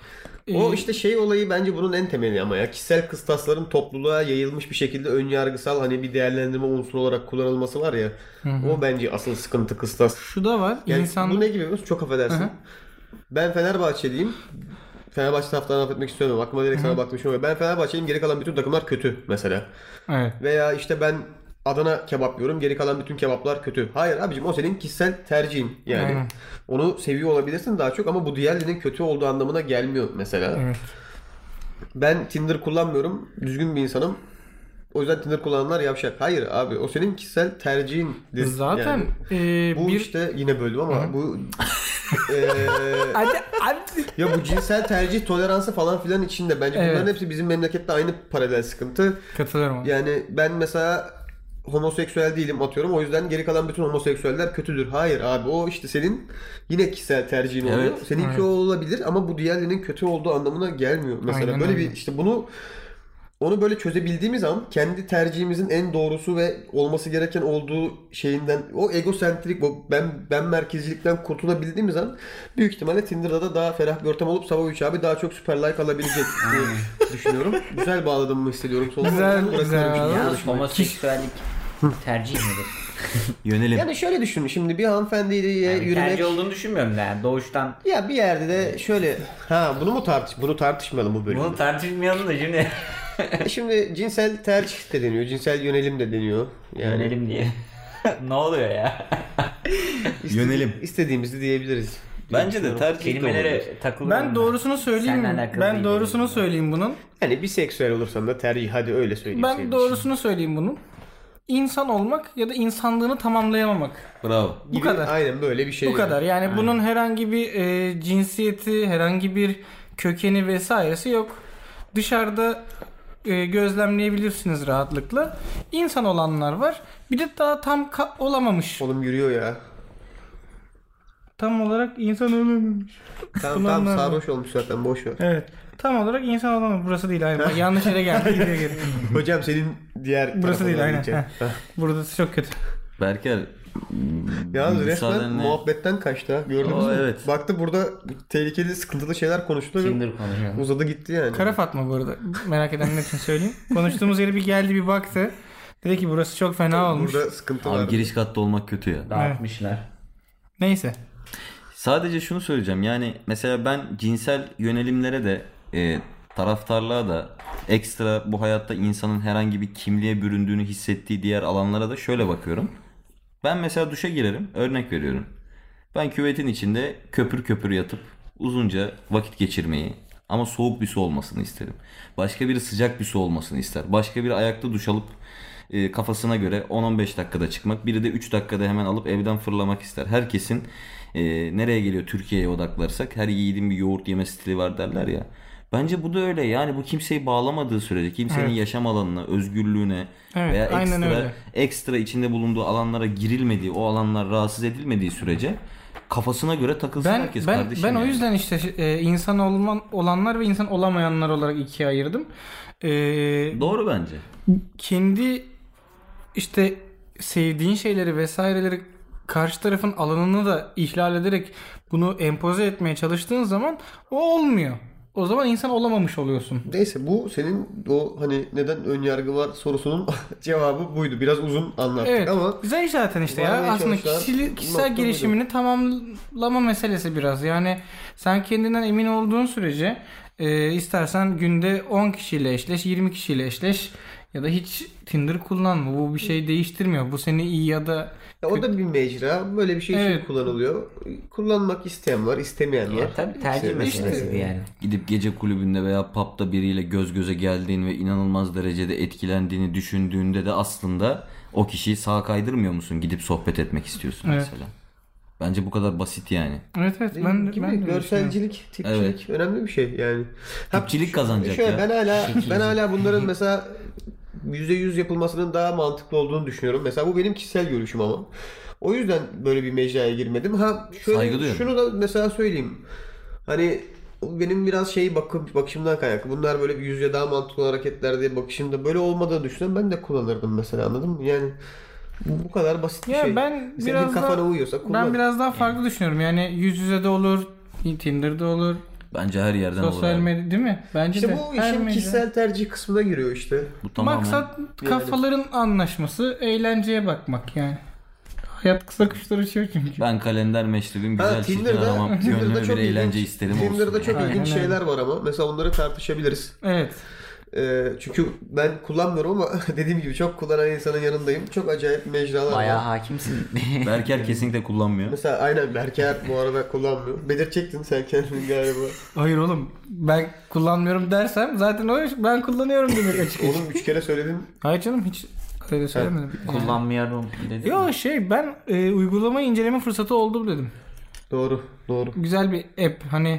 O işte şey olayı bence bunun en temeli ama ya kişisel kıstasların topluluğa yayılmış bir şekilde ön yargısal hani bir değerlendirme unsuru olarak kullanılması var ya. O bence asıl sıkıntı kıstas. şu da var. Yani İnsan bu ne gibi biliyor musun? Çok affedersin. Hı hı. Ben Fenerbahçeliyim. Fenerbahçe taraftarını affetmek istiyorum. Aklıma direkt sana baktım. Şimdi ben Fenerbahçeliyim. Geri kalan bütün takımlar kötü mesela. evet. Veya işte ben Adana kebap yiyorum. Geri kalan bütün kebaplar kötü. Hayır abicim, o senin kişisel tercihin. Yani Aynen. onu seviyor olabilirsin daha çok ama bu diğerlerinin kötü olduğu anlamına gelmiyor mesela. Evet. Ben Tinder kullanmıyorum. Düzgün bir insanım. O yüzden Tinder kullananlar yavşak. Hayır abi, o senin kişisel tercihin. Zaten Bu bir işte yine böldüm ama bu hadi ya bu cinsel tercih toleransı falan filan içinde bence Evet. bunların hepsi bizim memlekette aynı paralel sıkıntı. katılıyorum. Abi. Yani ben mesela homoseksüel değilim atıyorum. O yüzden geri kalan bütün homoseksüeller kötüdür. Hayır abi, o işte senin yine kişisel tercihin oluyor. Evet. Seninki Evet. o olabilir ama bu diğerlerinin kötü olduğu anlamına gelmiyor. Mesela Aynen böyle öyle. bir işte onu böyle çözebildiğimiz an kendi tercihimizin en doğrusu ve olması gereken olduğu şeyinden, o egosentrik, o ben merkezcilikten kurtulabildiğimiz an büyük ihtimalle Tinder'da da daha ferah bir ortam olup Savo 3 abi daha çok süper like alabilecek diye düşünüyorum. Güzel bağladım mı hissediyorum sonunda. Güzel, Bırakıyorum güzel şimdi bağladın. Yalnız konuşmayı. homoseksüellik tercih midir? Yönelim. Yani şöyle düşün, şimdi bir hanımefendiye Yani yürümek tercih olduğunu düşünmüyorum yani doğuştan. ya bir yerde de şöyle bunu tartışmayalım bu bölümde. Bunu tartışmayalım da şimdi Şimdi cinsel tercih de deniyor, cinsel yönelim de deniyor. Yani yönelim diye. Ne oluyor ya? Yönelim. istediğimizi diyebiliriz. Bence de tercih de olabilir. Kelimelere takılıyorum. Ben doğrusunu söyleyeyim Seninle mi? alakalı Ben değil doğrusunu benim. söyleyeyim bunun. Yani biseksüel olursan da tercih, hadi öyle söyleyeyim. senin Ben için. doğrusunu söyleyeyim bunun. İnsan olmak ya da insanlığını tamamlayamamak. Bravo. Bu Gibi, kadar. Aynen böyle bir şey. Bu kadar. Yani bunun herhangi bir cinsiyeti, herhangi bir kökeni vesairesi yok. Dışarıda gözlemleyebilirsiniz rahatlıkla. İnsan olanlar var. Bir de daha tam olamamış. Oğlum yürüyor ya. Tam olarak insan olamamış. Tamam sarhoş olmuş zaten, boş ver. Evet. Tam olarak insan olamamış. Burası değil. Aynen. Bak, yanlış yere geldik. Geri. Hocam senin diğer Burası tarafına değil. Aynen. gideceğim. Heh. Burası çok kötü. Berker, Yalnız resmen müsaadenle- muhabbetten kaçtı ha. Gördünüz Aa, mü? evet. Baktı burada sıkıntılı, sıkıntılı şeyler konuşuluyor. Tinder konuşuyor. Uzadı gitti yani. Kara Fatma bu arada. Merak edenler için söyleyeyim. Konuştuğumuz yere bir geldi, bir baktı. Dedi ki burası çok fena olmuş. Burada sıkıntı Abi var. giriş katta olmak kötü ya. Dağıtmışlar. Neyse. Sadece şunu söyleyeceğim. Yani mesela ben cinsel yönelimlere de taraftarlığa da ekstra bu hayatta insanın herhangi bir kimliğe büründüğünü hissettiği diğer alanlara da şöyle bakıyorum. Ben mesela duşa girerim. Örnek veriyorum. Ben küvetin içinde köpür köpür yatıp uzunca vakit geçirmeyi ama soğuk bir su olmasını isterim. Başka biri sıcak bir su olmasını ister. Başka biri ayakta duş alıp kafasına göre 10-15 dakikada çıkmak. Biri de 3 dakikada hemen alıp evden fırlamak ister. Herkesin nereye geliyor Türkiye'ye odaklarsak her yiğidin bir yoğurt yeme stili var derler ya. Bence bu da öyle. Yani bu kimseyi bağlamadığı sürece, kimsenin yaşam alanına, özgürlüğüne veya ekstra içinde bulunduğu alanlara girilmediği, o alanlar rahatsız edilmediği sürece kafasına göre takılsın herkes kardeşim. Ben o yüzden işte insan olanlar ve insan olamayanlar olarak ikiye ayırdım. Doğru bence. Kendi işte sevdiğin şeyleri vesaireleri karşı tarafın alanını da ihlal ederek bunu empoze etmeye çalıştığın zaman o olmuyor. O zaman insan olamamış oluyorsun. Neyse, bu senin o hani neden önyargı var sorusunun cevabı buydu. Biraz uzun anlattık ama güzel zaten işte ya. Aslında kişisel gelişimini tamamlama meselesi biraz. Yani sen kendinden emin olduğun sürece istersen günde 10 kişiyle eşleş, 20 kişiyle eşleş ya da hiç Tinder kullanma. Bu bir şey değiştirmiyor. Bu seni iyi ya da o da bir mecra. Böyle bir şey için kullanılıyor. Kullanmak isteyen var, istemeyen var. Tabii tercih meselesi yani. Gidip gece kulübünde veya pub'da biriyle göz göze geldiğin ve inanılmaz derecede etkilendiğini düşündüğünde de aslında o kişiyi sağa kaydırmıyor musun? Gidip sohbet etmek istiyorsun mesela. Bence bu kadar basit yani. Evet. Ben görselcilik, tipçilik önemli bir şey yani. Tipçilik kazanacak şöyle, ya. Ben hala bunların mesela %100 yapılmasının daha mantıklı olduğunu düşünüyorum. Mesela bu benim kişisel görüşüm ama. O yüzden böyle bir mecraya girmedim. Şunu da mesela söyleyeyim. Hani benim biraz bakışımdan kaynaklı. Bunlar böyle bir yüzde daha mantıklı hareketler diye bakışımda böyle olmadığını düşünüyorum. Ben de kullanırdım mesela, anladın mı? Yani bu kadar basit bir şey. Senin kafana uyuyorsa kullan. Ben biraz daha farklı düşünüyorum. Yani yüz yüze de olur, Tinder'da olur. Bence her yerden olur. Sosyal medya değil mi? Bence işte de. Bu işin kişisel tercih kısmına giriyor işte. Bu tamamen... Maksat kafaların anlaşması, eğlenceye bakmak yani. Hayat kısa kuşlar uçuyor çünkü. Ben kalender meşrebim, güzel çirkin aramam. Gönlüme bir eğlence isterim olsun. Tinder'da çok ilginç şeyler var ama. Mesela onları tartışabiliriz. Evet. Çünkü ben kullanmıyorum ama dediğim gibi çok kullanan insanın yanındayım. Çok acayip mecralar var. Bayağı hakimsin. Berker kesinlikle kullanmıyor. Mesela aynen Berker bu arada kullanmıyor. Belirtecektin sen kendini galiba. Hayır oğlum, ben kullanmıyorum dersem zaten o ben kullanıyorum demek açıkçası. Oğlum 3 kere söyledin. Hayır canım, hiç öyle söylemedim. Kullanmıyorum dedim. Yo ben uygulamayı inceleme fırsatı oldu dedim. Doğru. Güzel bir app hani.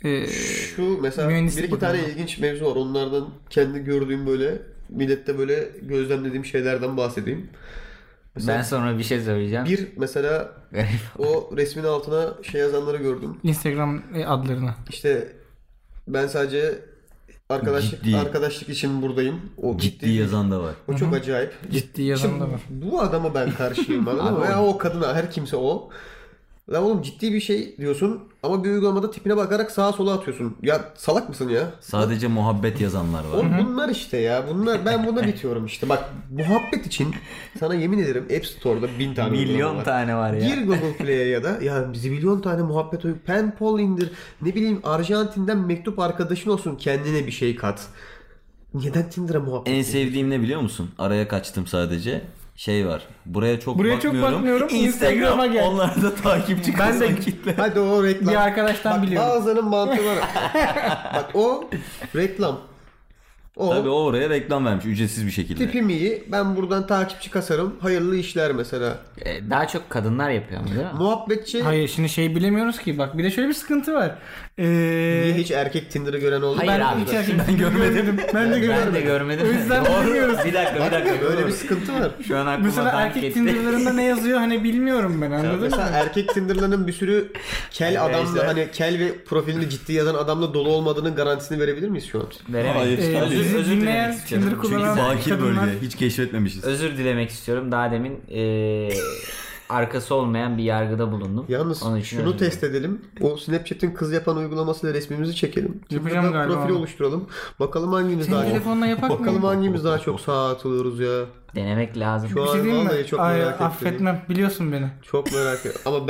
Şu mesela bir iki tane ilginç mevzu var. Onlardan kendi gördüğüm böyle millette böyle gözlemlediğim şeylerden bahsedeyim. Mesela ben sonra bir şey söyleyeceğim. Mesela o resmin altına yazanları gördüm. Instagram adlarına. İşte ben sadece arkadaşlık için buradayım. O ciddi yazan da var. O çok acayip. Ciddi yazan da var. Bu adama ben karşıyım. Veya o kadına, her kimse o. Lan oğlum ciddi bir şey diyorsun ama bir uygulamada tipine bakarak sağa sola atıyorsun. Ya salak mısın ya? Sadece muhabbet yazanlar var. Bunlar işte ya. Ben buna bitiyorum işte. Bak, muhabbet için sana yemin ederim App Store'da 1000 tane milyon tane var ya. Gir Google Play'e ya da ya bizi milyon tane muhabbet pen pal indir. Ne bileyim Arjantin'den mektup arkadaşın olsun, kendine bir şey kat. Neden Tinder'a muhabbet? En sevdiğim ne biliyor musun? Araya kaçtım sadece. Var. Buraya çok bakmıyorum. Instagram'a gel. Onlar da takipçi ben de kitle. Hadi o reklam. Bir arkadaştan biliyorum. Bazılarının mantığı var. Bak o reklam. Tabii o oraya reklam vermiş ücretsiz bir şekilde. Tipim iyi. Ben buradan takipçi kasarım. Hayırlı işler mesela. Daha çok kadınlar yapıyor mu değil mi? Muhabbetçi. Hayır, şimdi bilemiyoruz ki. Bak bir de şöyle bir sıkıntı var. Niye hiç erkek Tinder'ı gören oldu? Hayır abi. Ben görmedim. Ben de görmedim. O yüzden bilmiyoruz. Bir dakika. Böyle bir sıkıntı var. Şu an aklıma mesela erkek Tinder'larında ne yazıyor hani bilmiyorum ben, anladın mı? Mesela erkek Tinder'larının bir sürü kel adamla işte. hani kel ve profilini ciddi yazan adamla dolu olmadığının garantisini verebilir miyiz şu an? Veremeyiz. Özür dilemek istiyorum. Çünkü bakir bölge. Hiç keşfetmemişiz. Özür dilemek istiyorum. Daha demin arkası olmayan bir yargıda bulundum. Yalnız Onun için şunu özür test edelim. O Snapchat'in kız yapan uygulamasıyla resmimizi çekelim. Yapacağım Tinder'dan galiba profil onu. oluşturalım. Bakalım hangimiz Senin daha çok. telefonla yapak mı? Bakalım hangimiz daha çok sağa atılıyoruz ya. Denemek lazım. Şu Bir an şey diyeyim mi? vallahi çok Ay, merak ettim. affetmem. Biliyorsun beni. Çok merak ettim. Ama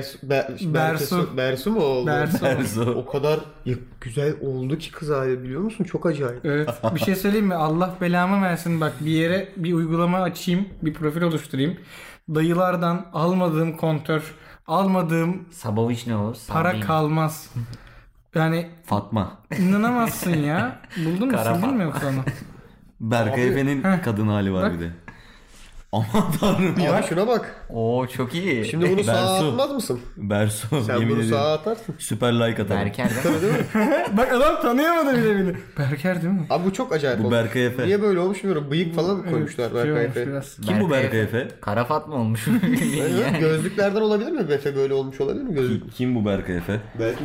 Bersu. Bersu mu oldu? Bersu. O kadar güzel oldu ki kız hali, biliyor musun? Çok acayip. Evet. Bir şey söyleyeyim mi? Allah belamı versin. Bak bir yere bir uygulama açayım. Bir profil oluşturayım. Dayılardan almadığım kontör, almadığım Saboviç ne olur? para Sallayayım. kalmaz. Yani Fatma. inanamazsın ya. Buldun mu? Kara Sildin mi Fatma. yoksa onu? Berkay Efe'nin kadın hali var Bak. bir de. Aman tanrım ya. Abi şuna bak. Oo çok iyi. Şimdi bunu sağa Bersu. atmaz mısın? Bersu. Sen yemin bunu ederim. sağa atarsın. Süper like atarım. Berker değil mi? Bak adam tanıyamadı bile beni. Berker değil mi? Abi bu çok acayip Bu olmuş. Berkay Efe. Niye böyle olmuş bilmiyorum. Bıyık falan koymuşlar Şey Berkay olmuş Efe. biraz. Kim bu Berkay Efe? Kara Fatma olmuş. Evet, gözlüklerden olabilir mi? Efe böyle olmuş olabilir mi gözlük? Kim bu Berkay Efe?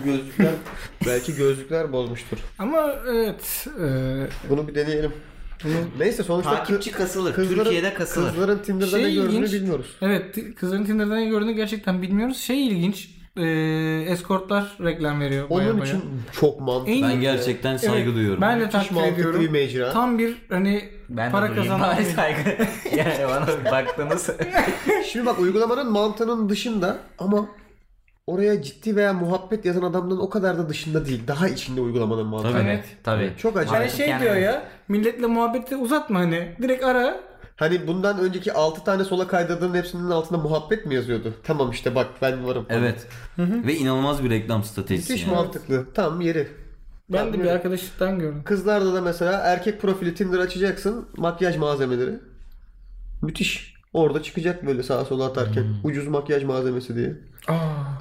Belki gözlükler bozmuştur. Ama evet. Bunu bir deneyelim. Neyse sonuçta Takipçi kasılır. kızların- Türkiye'de kasılır. Kızların Tinder'da Şey ne gördüğünü ilginç. bilmiyoruz. Evet, kızların Tinder'da ne gördüğünü gerçekten bilmiyoruz. Şey ilginç. Escortlar reklam veriyor. baya Onun baya. için çok mantıklı. En- Ben gerçekten saygı Evet, duyuyorum. Ben de Müthiş takdir mantıklı ediyorum. bir mecra. Tam bir hani Ben para de duyayım. kazanan. Bari saygı. Yani bana baktınız. Şimdi bak, uygulamanın mantığının dışında ama oraya ciddi veya muhabbet yazan adamların o kadar da dışında değil. Daha içinde uygulamanın mantığı. Tabii. Evet. Tabii. Çok acayip. Hani Artık şey yani- diyor ya, milletle muhabbeti uzatma hani. Direkt ara. Hani bundan önceki 6 tane sola kaydırdığın hepsinin altında muhabbet mi yazıyordu? Tamam işte bak ben varım. Evet. Ve inanılmaz bir reklam stratejisi. Müthiş yani. mantıklı. Tam yeri. Ben de Tam bir yeri. arkadaşlıktan gördüm. Kızlarda da mesela erkek profili Tinder açacaksın. Makyaj malzemeleri. Müthiş. Orada çıkacak böyle sağa sola atarken. Ucuz makyaj malzemesi diye. Aa.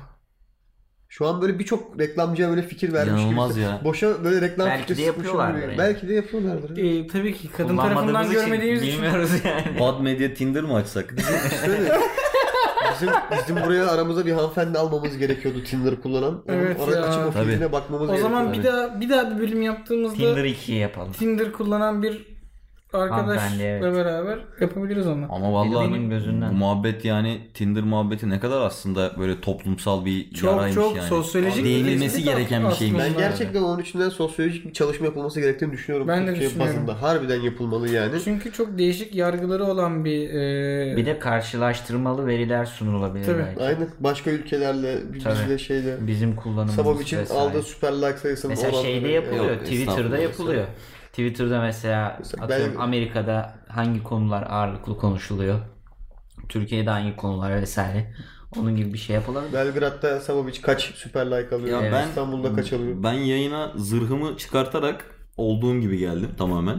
Şu an böyle birçok reklamcıya böyle fikir vermiş İnanılmaz gibi. ya. Boşa böyle reklam Belki fikri de sıkmış yapıyorlardır gibi. yani. Belki de yapıyorlardır. Tabii ki kadın tarafından Kullanmadığımız için görmediğimiz için. bilmiyoruz yani. Bad Media Tinder mı açsak? Şöyle, bizim buraya aramıza bir hanımefendi almamız gerekiyordu Tinder kullanan. Onun Evet ya. açıp o Tabii. fikrine bakmamız O zaman gerekiyordu. bir daha bir bölüm yaptığımızda Tinder 2'yi yapalım. Tinder kullanan bir arkadaşla Hanımefendi, evet. beraber yapabiliriz onu. Ama vallahi Benim gözünden. bu muhabbet yani Tinder muhabbeti ne kadar aslında böyle toplumsal bir Çok yaraymış çok yani. sosyolojik Değinilmesi bir gereken bir şeymiş. Ben aslında. gerçekten onun içinden sosyolojik bir çalışma yapılması gerektiğini düşünüyorum. Ben de Türkiye düşünüyorum. bazında. Harbiden yapılmalı yani. Çünkü çok değişik yargıları olan bir Bir de karşılaştırmalı veriler sunulabilir Tabii. belki. Aynen. Başka ülkelerle, bizle şeyle. Bizim kullanımımız Sababic'in vesaire. aldığı süper like sayısının Mesela oranları. şeyde yapılıyor. Yok, Twitter'da estağfurullah. yapılıyor. Twitter'da mesela atıyorum ben- Amerika'da hangi konular ağırlıklı konuşuluyor? Türkiye'de hangi konular vesaire. Onun gibi bir şey yapılabilir. Belgrad'da Sabovic kaç süper like alıyor? Ya ben- İstanbul'da kaç alıyor? Ben yayına zırhımı çıkartarak olduğum gibi geldim tamamen.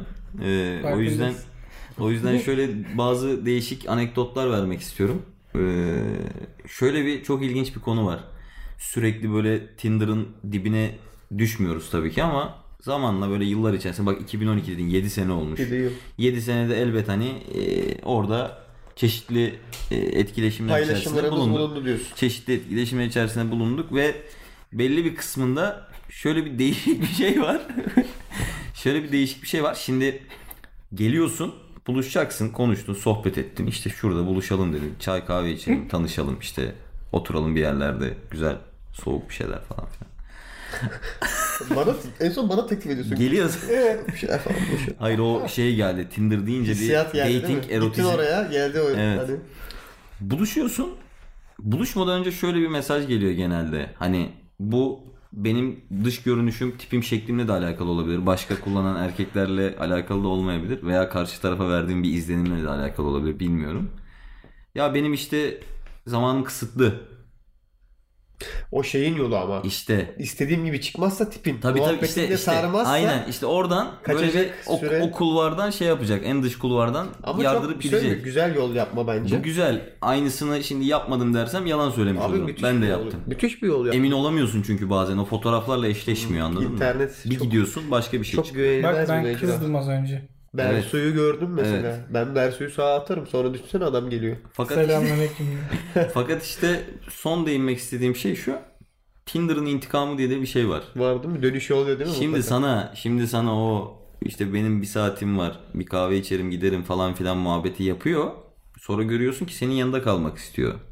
O yüzden şöyle bazı değişik anekdotlar vermek istiyorum. Şöyle bir çok ilginç bir konu var. Sürekli böyle Tinder'ın dibine düşmüyoruz tabii ki ama zamanla böyle yıllar içerisinde bak 2012 dedin 7 sene olmuş. 7 yıl. 7 senede elbet hani orada çeşitli etkileşimler içerisinde Paylaşımlarımız bulunduk. bulundu diyorsun. Çeşitli etkileşimler içerisinde bulunduk ve belli bir kısmında şöyle bir değişik bir şey var. Şöyle bir değişik bir şey var. Şimdi geliyorsun, buluşacaksın, konuştun, sohbet ettin. İşte şurada buluşalım dedin. Çay kahve içelim, tanışalım işte. Oturalım bir yerlerde güzel soğuk bir şeyler falan filan. En son bana teklif ediyorsun. Geliyorsun. Bir şeyler falan boşver. Hayır o şey geldi. Tinder deyince bir Hissiyat geldi değil mi? dating Gittin erotizm. oraya geldi o. Evet. Hani. Buluşuyorsun. Buluşmadan önce şöyle bir mesaj geliyor genelde. Hani bu benim dış görünüşüm, tipim şeklimle de alakalı olabilir. Başka kullanan erkeklerle alakalı da olmayabilir. Veya karşı tarafa verdiğim bir izlenimle de alakalı olabilir. Bilmiyorum. Ya benim işte zamanım kısıtlı. O şeyin yolu ama. İşte İstediğim gibi çıkmazsa tipin. tabii Muhabbetinde işte sarmazsa. aynen işte oradan böyle kaçacak bir süre- o kulvardan şey yapacak. En dış kulvardan Ama yardırıp çok güzel, gidecek. güzel yol yapma bence. Bu güzel. Aynısını şimdi yapmadım dersem yalan söylemiş Abi olurum. müthiş Ben de bir yol. yaptım. Müthiş bir yol yapma. Emin olamıyorsun çünkü bazen o fotoğraflarla eşleşmiyor anladın mı? İnternet Bir çok- gidiyorsun başka bir şey Çok çıkıyor. güvenilmez Bak bir ben mecra. kızdım az önce. Bersu'yu gördüm mesela. Ben Bersu'yu sağa atarım. Sonra düşünsene adam geliyor. Selamünaleyküm. Fakat işte son değinmek istediğim şey şu. Tinder'ın intikamı diye de bir şey var. Var değil mi? Dönüşü oluyor değil mi? Şimdi sana o işte benim bir saatim var. Bir kahve içerim giderim falan filan muhabbeti yapıyor. Sonra görüyorsun ki senin yanında kalmak istiyor.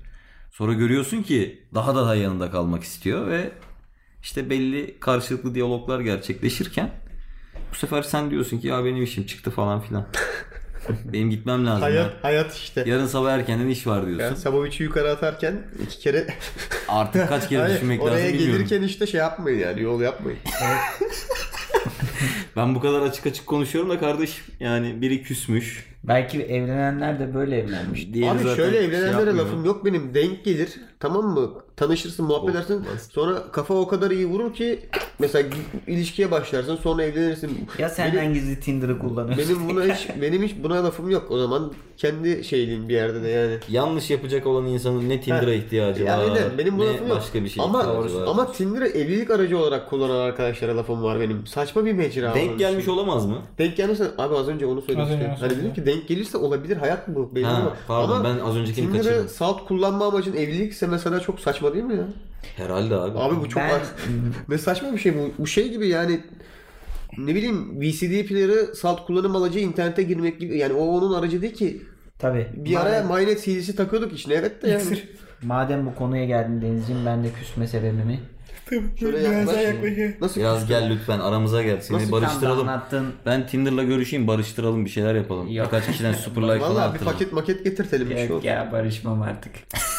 Sonra görüyorsun ki daha yanında kalmak istiyor ve işte belli karşılıklı diyaloglar gerçekleşirken bu sefer sen diyorsun ki ya benim işim çıktı falan filan. Benim gitmem lazım. Hayat işte. Yarın sabah erkenden iş var diyorsun. Yani Sabovic'i yukarı atarken 2 kere Artık kaç kere Hayır, düşünmek lazım oraya bilmiyorum. gelirken işte şey yapmayın yani, yol yapmayın. Ben bu kadar açık konuşuyorum da kardeşim, yani biri küsmüş. Belki evlenenler de böyle evlenmiş. Diğeri Abi zaten şöyle şey evlenenlere yapmıyor. lafım yok benim. Denk gelir, tamam mı? Tanışırsın, muhabbet edersin. Sonra kafa o kadar iyi vurur ki mesela ilişkiye başlarsın, sonra evlenirsin. Ya senden gizli Tinder'ı kullanıyorsun. Benim hiç buna lafım yok. O zaman kendi şeyliğin bir yerde de yani. Yanlış yapacak olan insanın ne Tinder'a ihtiyacı Yani var, öyle, benim buna ne lafım yok. başka bir şey Ama ihtiyacı var. ama Tinder'ı evlilik aracı olarak kullanan arkadaşlara lafım var benim. Saçma bir mecra. Denk onun gelmiş için. olamaz mı? Denk gelirse abi az önce onu söyledim. Az önce işte. onu Hani söyledim. dedim ki denk gelirse olabilir, hayat mı bu? Benim Ha, ama. pardon, Ama ben az öncekini Tinder'ı kaçırdım. salt kullanma amacın evlilikse mesela çok saçma değil mi ya? Herhalde abi. Abi bu çok ne saçma bir şey bu. Bu şey gibi yani, ne bileyim, VCD player'ı salt kullanım amacı internete girmek gibi. Yani o onun aracı değil ki. Tabii. Bir araya MyNet CD'si takıyorduk içine, evet de yani. Madem bu konuya geldin Denizciğim, ben de küsme sebebimi. Şöyle yaklaş. Nasıl Biraz gel lütfen, aramıza gel. Seni Nasıl barıştıralım. Tam da anlattın. Ben Tinder'la görüşeyim, barıştıralım, bir şeyler yapalım. Yok. Birkaç kişiden super like falan Valla bir attıralım. maket getirtelim bir şey Yok olsun. ya, barışmam artık.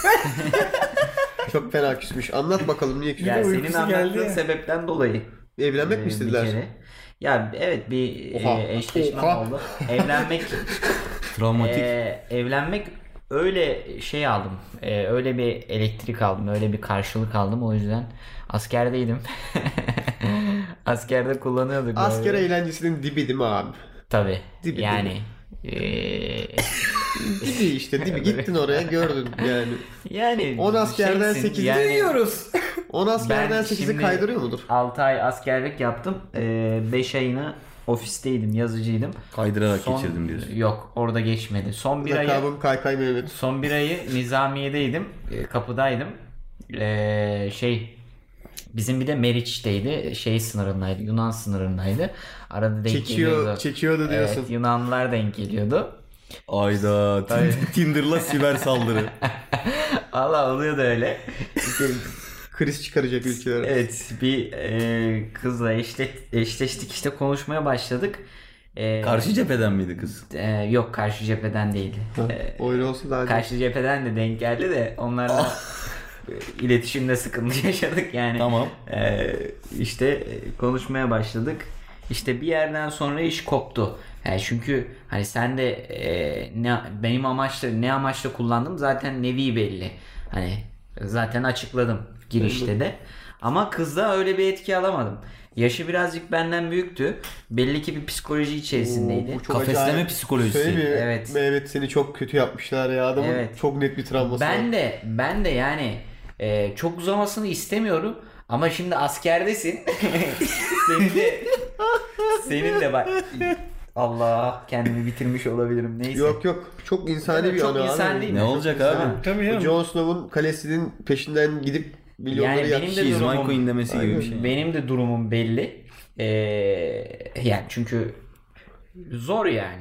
Çok fena küsmüş. Anlat bakalım niye küsmüş. Ya senin uykusu anlattığın geldi ya. sebepten dolayı. Evlenmek mi Bir istediler? kere. Ya evet, bir Oha. eşleşmem Oha. oldu. Evlenmek Travmatik. evlenmek öyle şey aldım. Öyle bir elektrik aldım. Öyle bir karşılık aldım. O yüzden askerdeydim. Askerde kullanıyorduk. Asker böyle. eğlencesinin dibi değil mi abi? Tabii. Dibi, yani Dibi işte dibi. Gittin oraya gördün yani. yani 10 askerden şeysin, 8'i yani Biliyoruz. 10 askerden 8'i şimdi kaydırıyor mudur? 6 ay askerlik yaptım. 5 ayını ofisteydim, yazıcıydım. Kaydırarak geçirdim diyorsun. Yok, orada geçmedi. Son bir ayı Lakabım Kaykay Mehmet. Nizamiye'deydim. Kapıdaydım. Bizim bir de Meriç'teydi. Sınırındaydı. Yunan sınırındaydı. Arada denk geliyordu. Çekiyordu diyorsun. Evet, Yunanlılar denk geliyordu. Ayda Tinder'la siber saldırı. Allah, oluyor da öyle. Kriz çıkaracak ülkeler. Evet, bir kızla eşleştik, işte konuşmaya başladık. Karşı cepheden miydi kız? Yok, karşı cepheden değildi. Öyle olsa daha iyi. Karşı cepheden de denk geldi de onlarla iletişimde sıkıntı yaşadık yani. Tamam. İşte konuşmaya başladık. İşte bir yerden sonra iş koptu. Yani çünkü hani sen de benim ne amaçla kullandım zaten nevi belli. Hani zaten açıkladım girişte de. Ama kızda öyle bir etki alamadım. Yaşı birazcık benden büyüktü. Belli ki bir psikoloji içerisindeydi. Bu çok Kafesleme acayip. psikolojisi. Söyleyeyim mi? Evet. Mehmet, seni çok kötü yapmışlar ya. Adamın Evet. çok net bir travması var. Ben de yani çok uzamasını istemiyorum ama şimdi askerdesin. senin de bak, Allah, kendimi bitirmiş olabilirim, neyse. Yok. Çok insani Evet, bir çok anı insani abi. değil Ne mi? olacak Çok abi? insani. Tabii Bu ya. Jon Snow'un kalesinin peşinden gidip milyonları Yani benim de She's my durumum, queen demesi gibi bir şey. benim de durumum belli. Yani çünkü zor yani.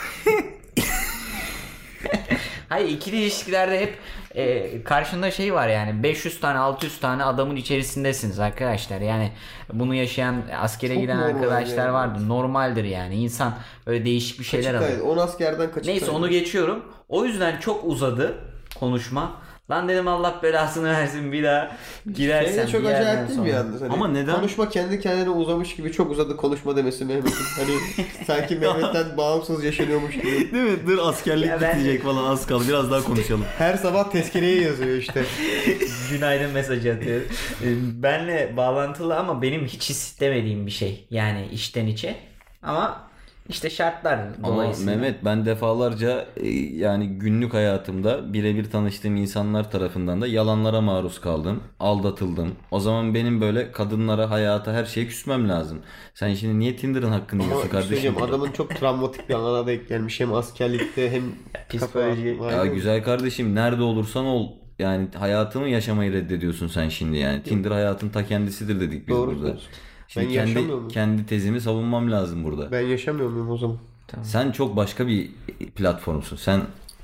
Hayır, ikili ilişkilerde hep karşında şey var yani, 500 tane 600 tane adamın içerisindesiniz arkadaşlar. Yani bunu yaşayan, askere Çok giden normal arkadaşlar yani. vardır. Normaldir yani. İnsan öyle değişik bir şeyler alır. Kaçık 10 askerden kaçık. Neyse, onu geçiyorum. O yüzden çok uzadı konuşma. Lan dedim, Allah belasını versin bir daha girersen. Şey de çok bir yerden acayip değil mi sonra. yalnız? Hani Ama neden? Konuşma kendi kendine uzamış gibi çok uzadı konuşma demesi Mehmet'in. Hani sanki Mehmet'ten bağımsız yaşanıyormuş gibi. Değil mi? Dur, askerlik Ya ben- bitecek falan, az kaldı. Biraz daha konuşalım. Her sabah tezkereye yazıyor işte. Günaydın mesajı atıyor. Benle bağlantılı ama benim hiç istemediğim bir şey. Yani içten içe. Ama işte şartlar Ama dolayısıyla. Mehmet, ben defalarca yani günlük hayatımda birebir tanıştığım insanlar tarafından da yalanlara maruz kaldım. Aldatıldım. O zaman benim böyle kadınlara, hayata, her şeye küsmem lazım. Sen şimdi niye Tinder'ın hakkını Ama yiyorsun kardeşim? söyleyeceğim, adamın çok travmatik bir alana denk gelmiş. Hem askerlikte hem Psikoloji. kafa- Ya güzel kardeşim, nerede olursan ol. Yani hayatını yaşamayı reddediyorsun sen şimdi yani. Tinder hayatın ta kendisidir dedik biz Doğru burada. diyorsun. Şimdi Ben yaşamıyor muyum? kendi tezimi savunmam lazım burada. Ben yaşamıyor muyum o zaman? Sen çok başka bir platformsun. Sen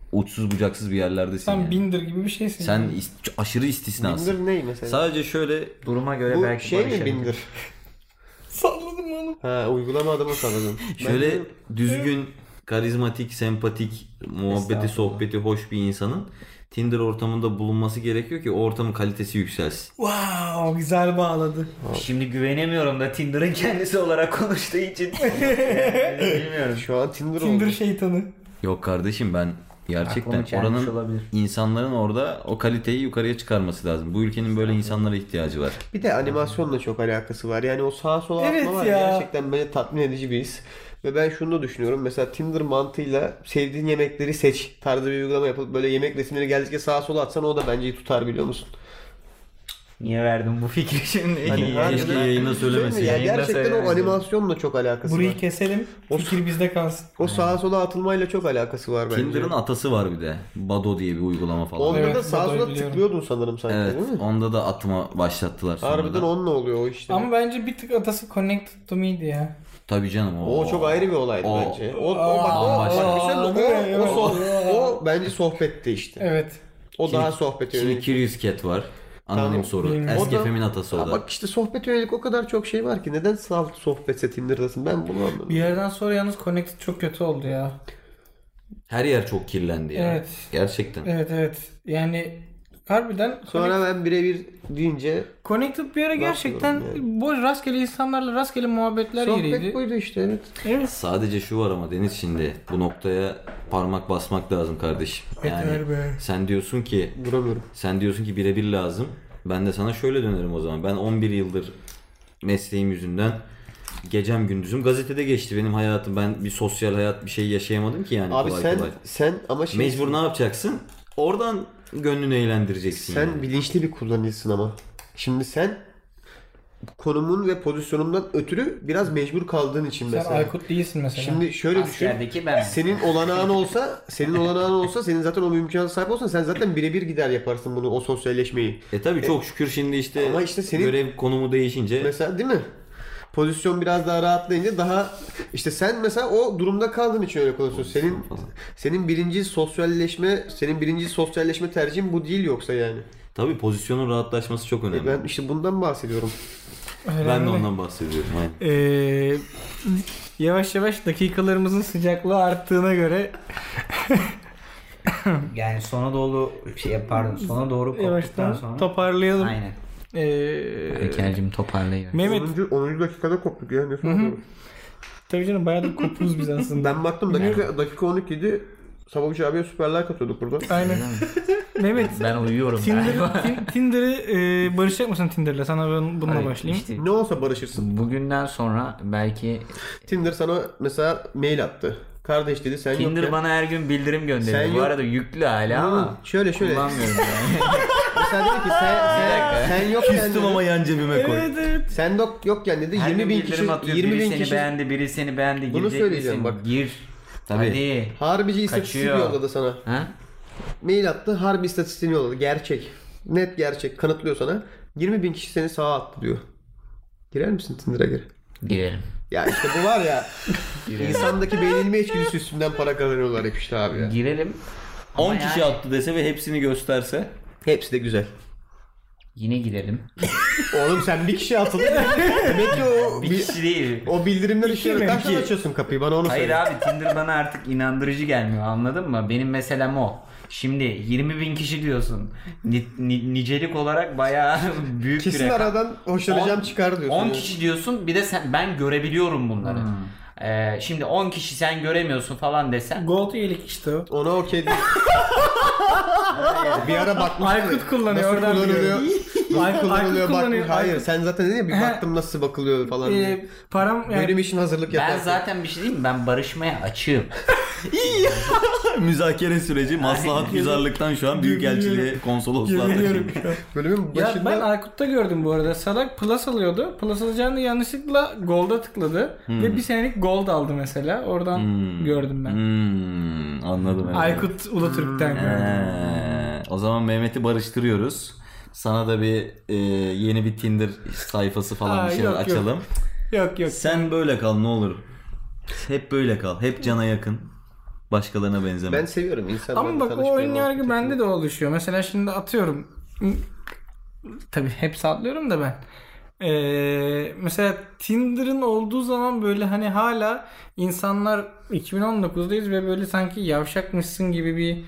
uçsuz bucaksız bir yerlerdesin. Sen yani. Binder gibi bir şeysin. Sen aşırı istisnasın. Binder ne mesela? Sadece şöyle Duruma göre Bu belki şey mi barışabilir. Binder? Salladım onu. Ha, uygulama adımı salladım. şöyle düzgün, karizmatik, sempatik, muhabbeti, sohbeti hoş bir insanın Tinder ortamında bulunması gerekiyor ki o ortamın kalitesi yükselsin. Wow, güzel bağladı. Şimdi güvenemiyorum da Tinder'ın kendisi olarak konuştuğu için. Bilmiyorum. Şu an Tinder Tinder oldu. şeytanı. Yok kardeşim, ben gerçekten Aklımı çelmiş oranın olabilir. insanların orada o kaliteyi yukarıya çıkarması lazım. Bu ülkenin böyle insanlara ihtiyacı var. Bir de animasyonla çok alakası var. Yani o sağa sola Evet atma var ya. gerçekten beni tatmin edici bir his. Ve ben şunu da düşünüyorum. Mesela Tinder mantığıyla sevdiğin yemekleri seç tarzı bir uygulama yapıp böyle yemek resimleri geldikçe sağa sola atsan o da bence tutar, biliyor musun? Niye verdim bu fikri şimdi? Hani Keşke yayında söylemeseydin. Ya Yayında gerçekten o söylemeseydin. animasyonla çok alakası Burayı var. keselim. Fikir bizde kalsın. O sağa sola atılmayla çok alakası var bence. Tinder'ın atası var bir de. Bado diye bir uygulama falan. Onda Evet, da sağa Bado'yu sola biliyorum. tıklıyordun sanırım sanki, Evet, değil mi? onda da atma başlattılar sonradan. Harbiden onunla oluyor o işte. Ama bence bir tık atası Connected to Me'di ya. Tabii canım. O çok ayrı bir olaydı O- bence. O bence sohbetti işte. Evet. O daha sohbete Şimdi yönelik. Curious Cat var. Anonim Tamam. soru. Bilmiyorum. Eski O da- Efem'in atası o da. Bak işte sohbete yönelik o kadar çok şey var ki neden salt sohbetse Tinder'dasın, ben bunu anlamadım. Bir yerden sonra yalnız Connected çok kötü oldu ya. Her yer çok kirlendi ya. Evet. Gerçekten. Evet. Yani harbiden Sonra ben birebir deyince Connected bir ara gerçekten boş rastgele insanlarla rastgele muhabbetler yeriydi. sohbet buydu işte, evet. Evet. Sadece şu var ama Deniz, şimdi bu noktaya parmak basmak lazım kardeşim. Yani Yeter be. sen diyorsun ki birebir lazım. Ben de sana şöyle dönerim o zaman. Ben 11 yıldır mesleğim yüzünden gecem gündüzüm gazetede geçti benim hayatım. Ben bir sosyal hayat bir şey yaşayamadım ki yani. Abi kolay kolay. sen ama şey, Mecbur ne yapacaksın? Oradan gönlünü eğlendireceksin. sen yani. bilinçli bir kullanıcısın ama. Şimdi sen konumun ve pozisyonundan ötürü biraz mecbur kaldığın için Sen mesela. Aykut değilsin mesela. Şimdi şöyle düşün. Askerdeki ben. Senin olanağın olsa, senin zaten o imkana sahip olsan sen zaten birebir gider yaparsın bunu, o sosyalleşmeyi. Tabii çok şükür şimdi işte, Ama işte senin- görev konumu değişince Mesela değil mi? Pozisyon biraz daha rahatlayınca daha işte sen mesela o durumda kaldığın için öyle konuşuyorsun. Senin birinci sosyalleşme tercihin bu değil yoksa yani. tabii pozisyonun rahatlaşması çok önemli. Ben işte bundan bahsediyorum. Ben de ondan bahsediyorum. Aynen. Yavaş yavaş dakikalarımızın sıcaklığı arttığına göre Yani sona doğru sona doğru koptuktan yavaştan sonra. toparlayalım. Aynen. Ee, Eker'cim toparlayın. Mehmet 10. dakikada koptuk ya. Ne soruyorum? tabii canım bayağı da kopuz biz aslında. Ben baktım dakika 12'ydi. Sababuş abiye süper like atıyorduk burada. Aynen. Mehmet Ben uyuyorum galiba. Tinder'ı barışacak mısın Tinder'la? Sana ben bununla Hayır, başlayayım. işte Ne olsa barışırsın. bugünden sonra belki Tinder sana mesela mail attı. Kardeş dedi sen Tinder yokken. bana her gün bildirim gönderiyor. Sen Bu yok- arada yüklü hala ama Şöyle. kullanmıyorum yani. Mesela dedi ki sen yokken Küstüm ama yan cebime koy. Evet. sen yokken dedi Her 20 gün bin bildirim kişi atıyor. 20 Biri bin seni kişi beğendi, biri seni beğendi. Bunu Girecek söyleyeceğim misin? bak. Gir. Tabii. Hadi. harbici istatistiği Kaçıyor. yolladı sana. Ha? Mail attı, harbi istatistiğini yolladı. Gerçek. Net gerçek. Kanıtlıyor sana. 20 bin kişi seni sağa attı diyor. Girer misin Tinder'a geri? Girelim. Ya işte bu var ya. insandaki beğenilme içgüdüsü üstünden para kazanıyorlar hep işte abi ya. Girelim. 10 Ama kişi yani attı dese ve hepsini gösterse. Hepsi de güzel. Yine girelim. Oğlum sen bir kişi atıldın. Demek ki o, Bir kişi değil. o bildirimler işe mi? kaç tane İki. açıyorsun kapıyı, bana onu Hayır söyle. abi Tinder bana artık inandırıcı gelmiyor, anladın mı? Benim meselem o. Şimdi 20 bin kişi diyorsun. Nicelik olarak bayağı büyük Kesin bir rakam. aradan hoşlanacağım çıkar diyorsun. 10 yani. kişi diyorsun, bir de ben görebiliyorum bunları. Şimdi 10 kişi sen göremiyorsun falan desen. Gold üyelik işte o. Ona okey değil. bir ara bakmıştım. Aykut kullanıyor, Nasıl oradan kullanılıyor? Nasıl Aykut kullanılıyor kullanıyor, bakmış. Hayır Aykut. sen zaten dedin ya bir baktım nasıl bakılıyor falan. diye. Param yani Bölüm için hazırlık Ben yaparsın. zaten bir şey diyeyim mi? Ben barışmaya açığım. Müzakere süreci maslahat güzarlıktan şu an büyükelçiliğe, konsolosluğa görüyorum taşındı. şu an. Bölümün Ya başında ben Aykut'ta gördüm bu arada. Salak Plus alıyordu. Plus alacağını yanlışlıkla Gold'a tıkladı. Ve bir senelik Gold aldı mesela. Oradan gördüm ben. Anladım. Evet. Aykut Ulaturk'ten gördüm. O zaman Mehmet'i barıştırıyoruz. Sana da bir yeni bir Tinder sayfası falan bir şeyler yok, yok. açalım. Yok. Sen böyle kal ne olur. Hep böyle kal. Hep cana yakın. Başkalarına benzemek. Ben seviyorum insanlarla Ama bak o tanışmayı, ön yargı muhabbet bende etmeyi. de oluşuyor. Mesela şimdi atıyorum. Tabii hep atlıyorum da ben. Mesela Tinder'ın olduğu zaman böyle hani hala insanlar 2019'dayız ve böyle sanki yavşakmışsın gibi bir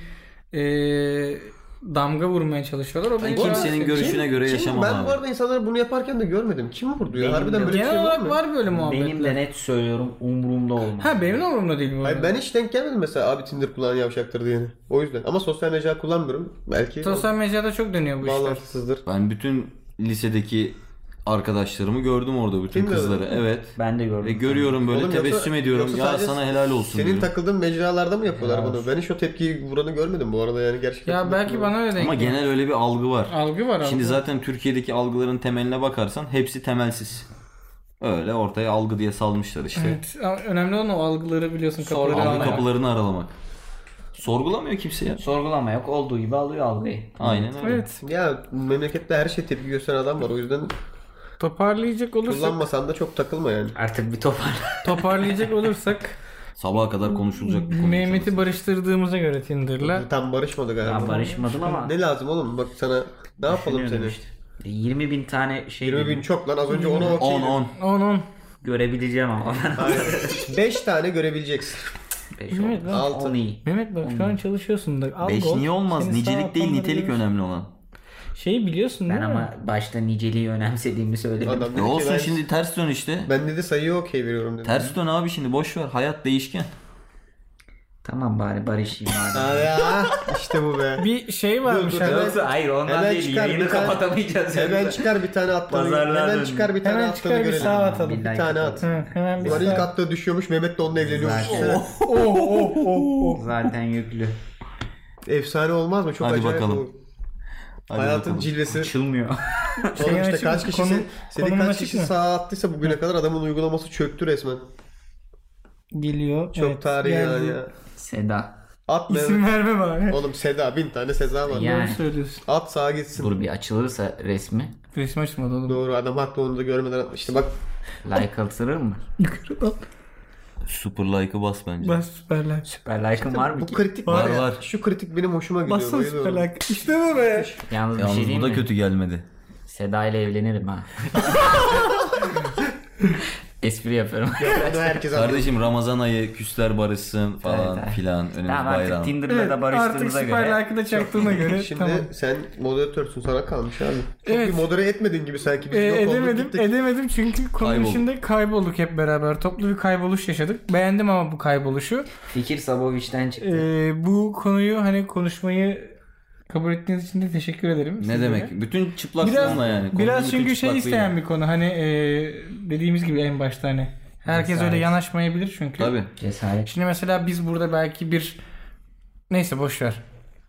damga vurmaya çalışıyorlar. O beni Kimsenin rahatsız ediyor. görüşüne göre Kim? yaşamam Ben abi. bu arada insanları bunu yaparken de görmedim. Kim vurdu ya? Benim Harbiden de- böyle bir şey Genel var olarak mı? var böyle muhabbetler. Benim de net söylüyorum umurumda olmaz. Ha benim de umurumda değil bu arada. Hayır, ben hiç denk gelmedim mesela abi Tinder kullanan yavşaktır diyeni. O yüzden. Ama sosyal medya kullanmıyorum. Belki Sosyal medyada çok dönüyor bu işler. bağlantısızdır. Ben bütün lisedeki arkadaşlarımı gördüm orada, bütün Tinder'da kızları. değil mi? Evet. Ben de gördüm. Ve görüyorum böyle Oğlum tebessüm ediyorum. Ya sadece sana helal olsun Senin diyorum. takıldığın mecralarda mı yapıyorlar Helal bunu? olsun. Ben hiç o tepkiyi vuranı görmedim bu arada yani gerçekten. Ya belki bana öyle denk Ama geliyor. genel öyle bir algı var. Algı var Şimdi algı. zaten Türkiye'deki algıların temeline bakarsan hepsi temelsiz. Öyle ortaya algı diye salmışlar işte. Evet, ama önemli olan o algıları biliyorsun kapıları Sorgulama. Algı almak. kapılarını aralamak. Sorgulamıyor kimse ya. Sorgulama yok. Olduğu gibi alıyor algıyı. Aynen öyle. Evet. Ya memlekette her şey tepki gösteren adam var. O yüzden Toparlayacak olursak kullanmasan da çok takılma yani. Artık bir toparla. toparlayacak olursak Sabaha kadar konuşulacak bir konu. Mehmet'i barıştırdığımıza göre Tinder'la Tam barışmadı galiba. Ya barışmadım ama. Ne lazım oğlum? Bak sana ne yapalım seni? Düşünüyorum işte. 20 bin tane şey 20 bin dedim. çok lan. Az önce 10'a 10 10. 10 Görebileceğim ama. 5 tane görebileceksin. 5 Evet lan. 6. 10 iyi. Mehmet bak şu an çalışıyorsun da. Al 5 gol. niye olmaz? Seni Nicelik sağ değil, atanları nitelik görürsün. önemli olan. Şeyi biliyorsun değil Ben mi? ama başta niceliği önemsediğimi söyledim. Adam dedi ki Olsun ben, şimdi ters dön işte. ben dedi sayıyı okey veriyorum dedi. Ters dön abi şimdi, boş ver. Hayat değişken. Tamam bari barışayım Ha hadi. ya işte bu be. Bir şey varmış Dur, hani. hemen- Yoksa hayır ondan Hemen değil. çıkar, Yayını bir tane- kapatamayacağız. Hemen yoksa. çıkar bir tane attanı. Pazarlığa Hemen dön. çıkar bir tane Hemen attanı çıkar bir görelim. sağ atalım. Bir Billahi tane at. Hı, hemen bir Ulan ilk sağ. attığı düşüyormuş. Mehmet de onunla evleniyormuş. Zaten. Oh. Zaten yüklü. Efsane olmaz mı? Çok Hadi acayip bakalım. olur. Hadi Hayatın bakalım. cilvesi. Açılmıyor. Oğlum Şeyin işte açık kaç mı? kişisi, seni konum kaç açık kişi mı? sağa attıysa bugüne kadar adamın uygulaması çöktü resmen. Geliyor. Çok evet, tarihi geldi. yani ya. Seda. At İsim Mehmet. verme bari. Oğlum Seda 1000 tane Seza var. Yani. Doğru söylüyorsun. At sağa gitsin. Dur bir açılırsa resmi. Resmi açmadı oğlum. Doğru adam haklı onu da görmeden atmış. İşte bak Like atılır mı? Yukarıdan. Super like'ı bas bence. Bas süper like. Süper like'ın var mı bu ki? kritik Var, var ya. var. Şu kritik benim hoşuma gidiyor. Bassın süper bayılıyorum. like. İşte bu be. Yalnız bir şey Yalnız diyeyim bu da mi? kötü gelmedi. Seda ile evlenirim ha. Espri yapıyorum. Bunu herkes anlıyor. Kardeşim Ramazan ayı, küsler barışsın falan Evet, evet. filan. Önümüz Tamam artık bayram. Tinder'la Evet, da artık barıştığımıza süper göre. like'ı da çaktığına göre Şimdi tamam. sen moderatörsün sana kalmış abi. Çok Evet. bir modere etmedin gibi sanki. Biz yok olduk Edemedim, gittik. edemedim çünkü konu Kaybolduk. içinde kaybolduk hep beraber. Toplu bir kayboluş yaşadık. Beğendim ama bu kayboluşu. Fikir Saboviç'ten çıktı. Bu konuyu hani konuşmayı kabul ettiğiniz için de teşekkür ederim. Ne sizlere. demek? Bütün Biraz, çıplaklığınla yani. Konunun biraz bütün çünkü şey çıplaklığıyla. isteyen bir konu. Hani dediğimiz gibi en başta hani. Herkes Cesaret. öyle yanaşmayabilir çünkü. Tabii. Cesaret. Şimdi mesela biz burada belki bir neyse boş ver.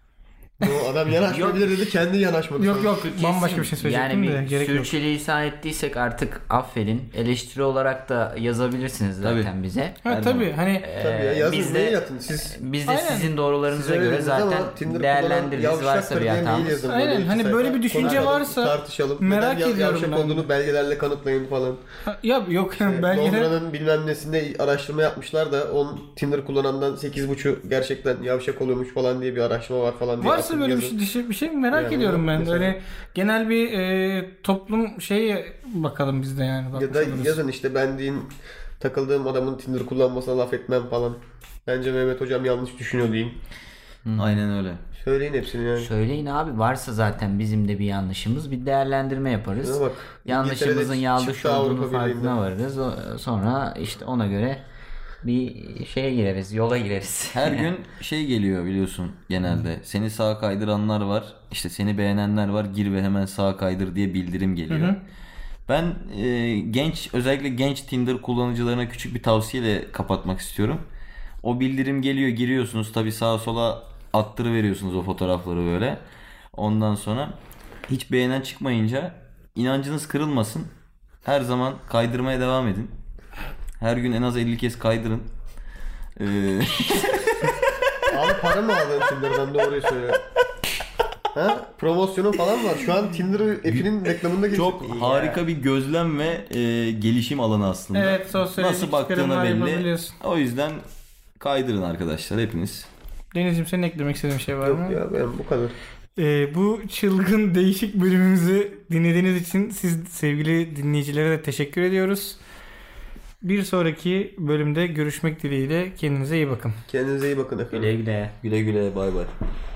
O adam yanaşmayabilir dedi kendi yanaşmadı. Yok sonra. yok bambaşka bir şey söyleyecektim Yani de bir gerek yok. sürçülisan ettiysek artık affedin. Eleştiri olarak da yazabilirsiniz zaten Tabii. bize. Ha tabii hani Tabii ya yazın biz niye de yatın siz. biz de Aynen. sizin doğrularınıza Siz öyle göre dediniz ama zaten Tinder değerlendiririz. kullanan Varsa yavşaktır bir diye mail hatamız. yazın. Aynen, Böyle iki hani sayfa böyle bir düşünce konuşalım, varsa tartışalım. merak Neden ediyorum yavşak ben. olduğunu belgelerle kanıtlayın falan. ya yok belgeler Londra'nın bilmem nesinde araştırma yapmışlar da Tinder kullanandan 8,5 gerçekten yavşak oluyormuş falan diye bir araştırma var falan diye. varsa atın böyle yazın. bir şey merak Yani ediyorum ben. mesela. Öyle genel bir toplum şeyi bakalım biz de yani. Ya bakmış da oluruz. yazın işte ben deyin takıldığım adamın Tinder kullanmasına laf etmem falan. Bence Mehmet hocam yanlış düşünüyor diyeyim. Aynen öyle. Söyleyin hepsini yani. Söyleyin abi varsa zaten bizim de bir yanlışımız bir değerlendirme yaparız. Ya bak, Yanlışımızın İngiltere'de yanlış çıktı olduğunu Avrupa farkına Birliği'nden. varırız. Sonra işte ona göre bir şeye gireriz, yola gireriz. Her gün şey geliyor biliyorsun genelde. Seni sağa kaydıranlar var. İşte seni beğenenler var. Gir ve hemen sağa kaydır diye bildirim geliyor. Ben özellikle genç Tinder kullanıcılarına küçük bir tavsiyeyle kapatmak istiyorum. O bildirim geliyor, giriyorsunuz. Tabii sağa sola attırıveriyorsunuz o fotoğrafları böyle. Ondan sonra hiç beğenen çıkmayınca inancınız kırılmasın. Her zaman kaydırmaya devam edin. Her gün en az 50 kez kaydırın. Abi para mı aldın Tinder'dan doğruyu söyle. Ha? Promosyonu falan var. Şu an Tinder app'inin reklamında geçiyor. Çok harika bir gözlem ve gelişim alanı aslında. Evet, sosyolojik Nasıl baktığına çıkarımlar belli. yapabiliyorsun. O yüzden Kaydırın arkadaşlar hepiniz. Deniz'ciğim senin eklemek istediğin bir şey var Yok mı? ya, ben bu kadar. Bu çılgın değişik bölümümüzü dinlediğiniz için siz sevgili dinleyicilere de teşekkür ediyoruz. Bir sonraki bölümde görüşmek dileğiyle kendinize iyi bakın. Kendinize iyi bakın efendim. Güle güle. Güle güle bay bay.